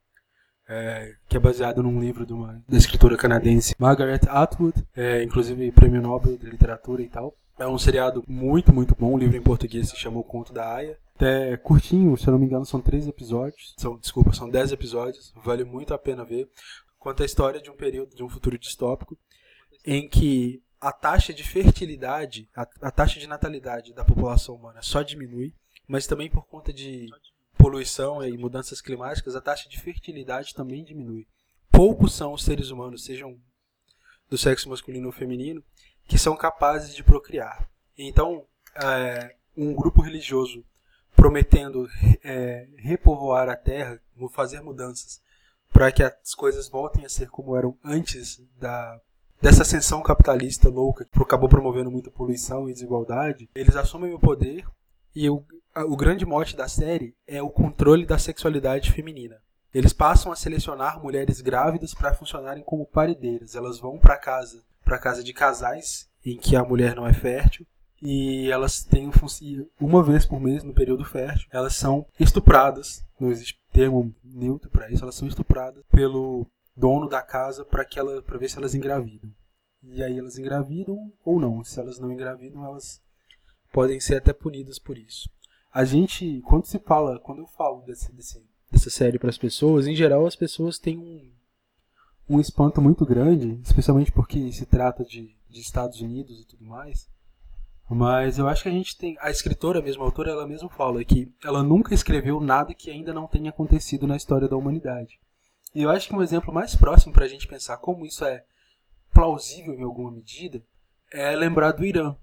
É, que é baseado num livro de uma, da escritora canadense Margaret Atwood, é, inclusive prêmio Nobel de literatura e tal. É um seriado muito, muito bom. O livro em português se chama O Conto da Aya. É curtinho, se eu não me engano, são três episódios. São, desculpa, são dez episódios. Vale muito a pena ver. Conta a história de um período, de um futuro distópico, em que a taxa de fertilidade, a, a taxa de natalidade da população humana só diminui, mas também por conta de poluição e mudanças climáticas, a taxa de fertilidade também diminui. Poucos são os seres humanos, sejam do sexo masculino ou feminino, que são capazes de procriar. Então, é, um grupo religioso prometendo é, repovoar a terra, fazer mudanças, para que as coisas voltem a ser como eram antes da, dessa ascensão capitalista louca, que acabou promovendo muita poluição e desigualdade, eles assumem o poder. E o, o grande mote da série é o controle da sexualidade feminina. Eles passam a selecionar mulheres grávidas para funcionarem como parideiras. Elas vão para casa, para casa de casais em que a mulher não é fértil, e elas têm uma vez por mês no período fértil, elas são estupradas. Não existe termo neutro para isso. Elas são estupradas pelo dono da casa para que ela, para ver se elas engravidam. E aí elas engravidam ou não. Se elas não engravidam, elas podem ser até punidas por isso. A gente, quando se fala, quando eu falo desse, desse, dessa série para as pessoas, em geral as pessoas têm um, um espanto muito grande, especialmente porque se trata de, de Estados Unidos e tudo mais, Mas eu acho que a gente tem... A escritora mesmo, a autora, ela mesma fala que ela nunca escreveu nada que ainda não tenha acontecido na história da humanidade. E eu acho que um exemplo mais próximo para a gente pensar como isso é plausível em alguma medida é lembrar do Irã,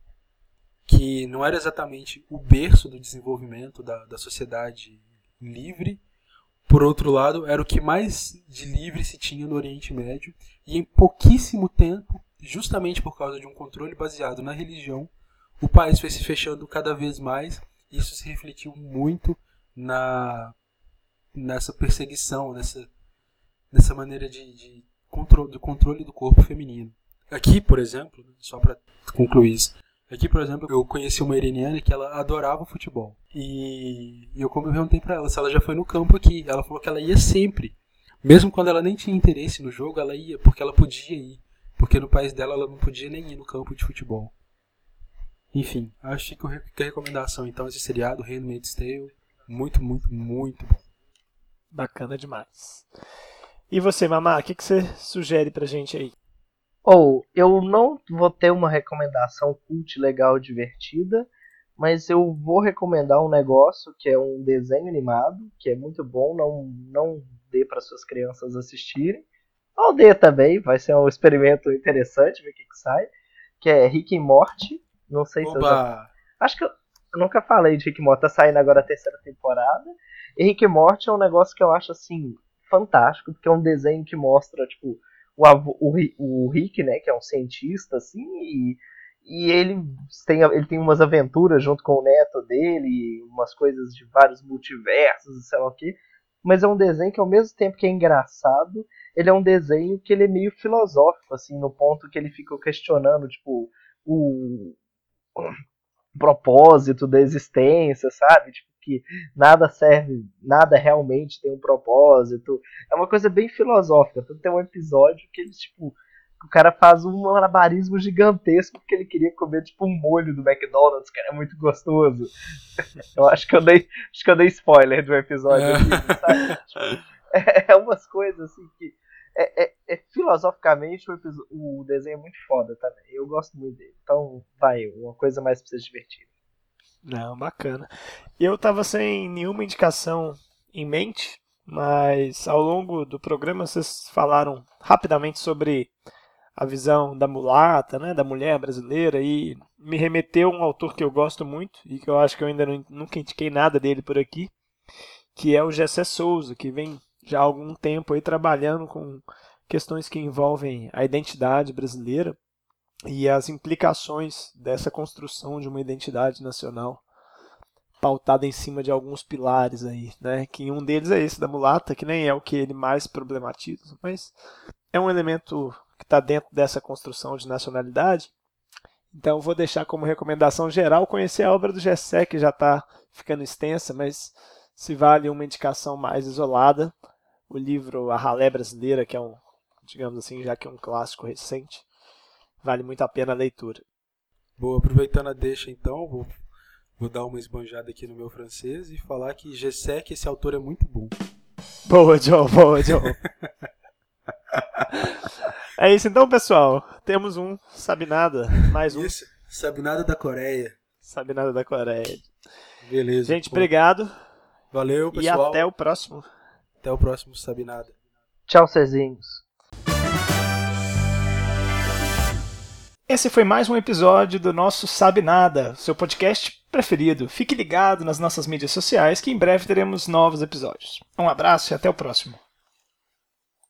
que não era exatamente o berço do desenvolvimento da, da sociedade livre. Por outro lado, era o que mais de livre se tinha no Oriente Médio, e em pouquíssimo tempo, justamente por causa de um controle baseado na religião, o país foi se fechando cada vez mais, e isso se refletiu muito na, nessa perseguição, nessa, nessa maneira de, de, controle, de controle do corpo feminino. Aqui, por exemplo, só para concluir isso, aqui, por exemplo, eu conheci uma iraniana que ela adorava futebol. E eu perguntei pra ela se ela já foi no campo aqui. Ela falou que ela ia sempre. Mesmo quando ela nem tinha interesse no jogo, ela ia, porque ela podia ir. Porque no país dela ela não podia nem ir no campo de futebol. Enfim, acho que a recomendação então esse seriado, Handmaid's Tale, muito, muito, muito bom.
Bacana demais. E você, Mamá, o que, que você sugere pra gente aí?
Ou, oh, eu não vou ter uma recomendação cult, legal, divertida, mas eu vou recomendar um negócio que é um desenho animado, que é muito bom, não, não dê para suas crianças assistirem. Ou dê também, vai ser um experimento interessante, ver o que, que sai, que é Rick e Morty. Não sei Oba. se eu já... Acho que eu, eu nunca falei de Rick e Morty, tá saindo agora a terceira temporada. E Rick e Morty é um negócio que eu acho, assim, fantástico, porque é um desenho que mostra, tipo, o, avô, o, o Rick, né, que é um cientista, assim, e, e ele, tem, ele tem umas aventuras junto com o neto dele, umas coisas de vários multiversos, e sei lá o quê. Mas é um desenho que, ao mesmo tempo que é engraçado, ele é um desenho que ele é meio filosófico, assim, no ponto que ele fica questionando, tipo, o... propósito da existência, sabe? Tipo, que nada serve, nada realmente tem um propósito. É uma coisa bem filosófica. Então tem um episódio que eles, tipo, o cara faz um malabarismo gigantesco porque ele queria comer, tipo, um molho do McDonald's, que era muito gostoso. Eu acho que eu dei, acho que eu dei spoiler do episódio aqui, sabe? Tipo, é, é umas coisas assim que É, é, é, filosoficamente o, o desenho é muito foda também. Eu gosto muito dele. Então, vai, uma coisa mais pra você se divertir.
Não, bacana. Eu tava sem nenhuma indicação em mente, mas ao longo do programa vocês falaram rapidamente sobre a visão da mulata, né, da mulher brasileira, e me remeteu a um autor que eu gosto muito e que eu acho que eu ainda não, nunca indiquei nada dele por aqui, que é o Gessé Souza, que vem já há algum tempo aí trabalhando com questões que envolvem a identidade brasileira e as implicações dessa construção de uma identidade nacional pautada em cima de alguns pilares aí, né? Que um deles é esse da mulata, que nem é o que ele mais problematiza, mas é um elemento que está dentro dessa construção de nacionalidade. Então vou deixar como recomendação geral conhecer a obra do Gessé, que já está ficando extensa, mas se vale uma indicação mais isolada, o livro A Ralé Brasileira, que é um, digamos assim, já que é um clássico recente, vale muito a pena a leitura.
Boa, aproveitando a deixa então, vou, vou dar uma esbanjada aqui no meu francês e falar que Gessé, que esse autor é muito bom.
Boa, John, boa, John. É isso então, pessoal. Temos um Sabe Nada, mais um.
Isso, Sabe Nada da Coreia.
Sabe Nada da Coreia.
Beleza.
Gente, pô. Obrigado.
Valeu, pessoal.
E até o próximo.
Até o próximo Sabe Nada.
Tchau, Cezinhos.
Esse foi mais um episódio do nosso Sabe Nada, seu podcast preferido. Fique ligado nas nossas mídias sociais que em breve teremos novos episódios. Um abraço e até o próximo.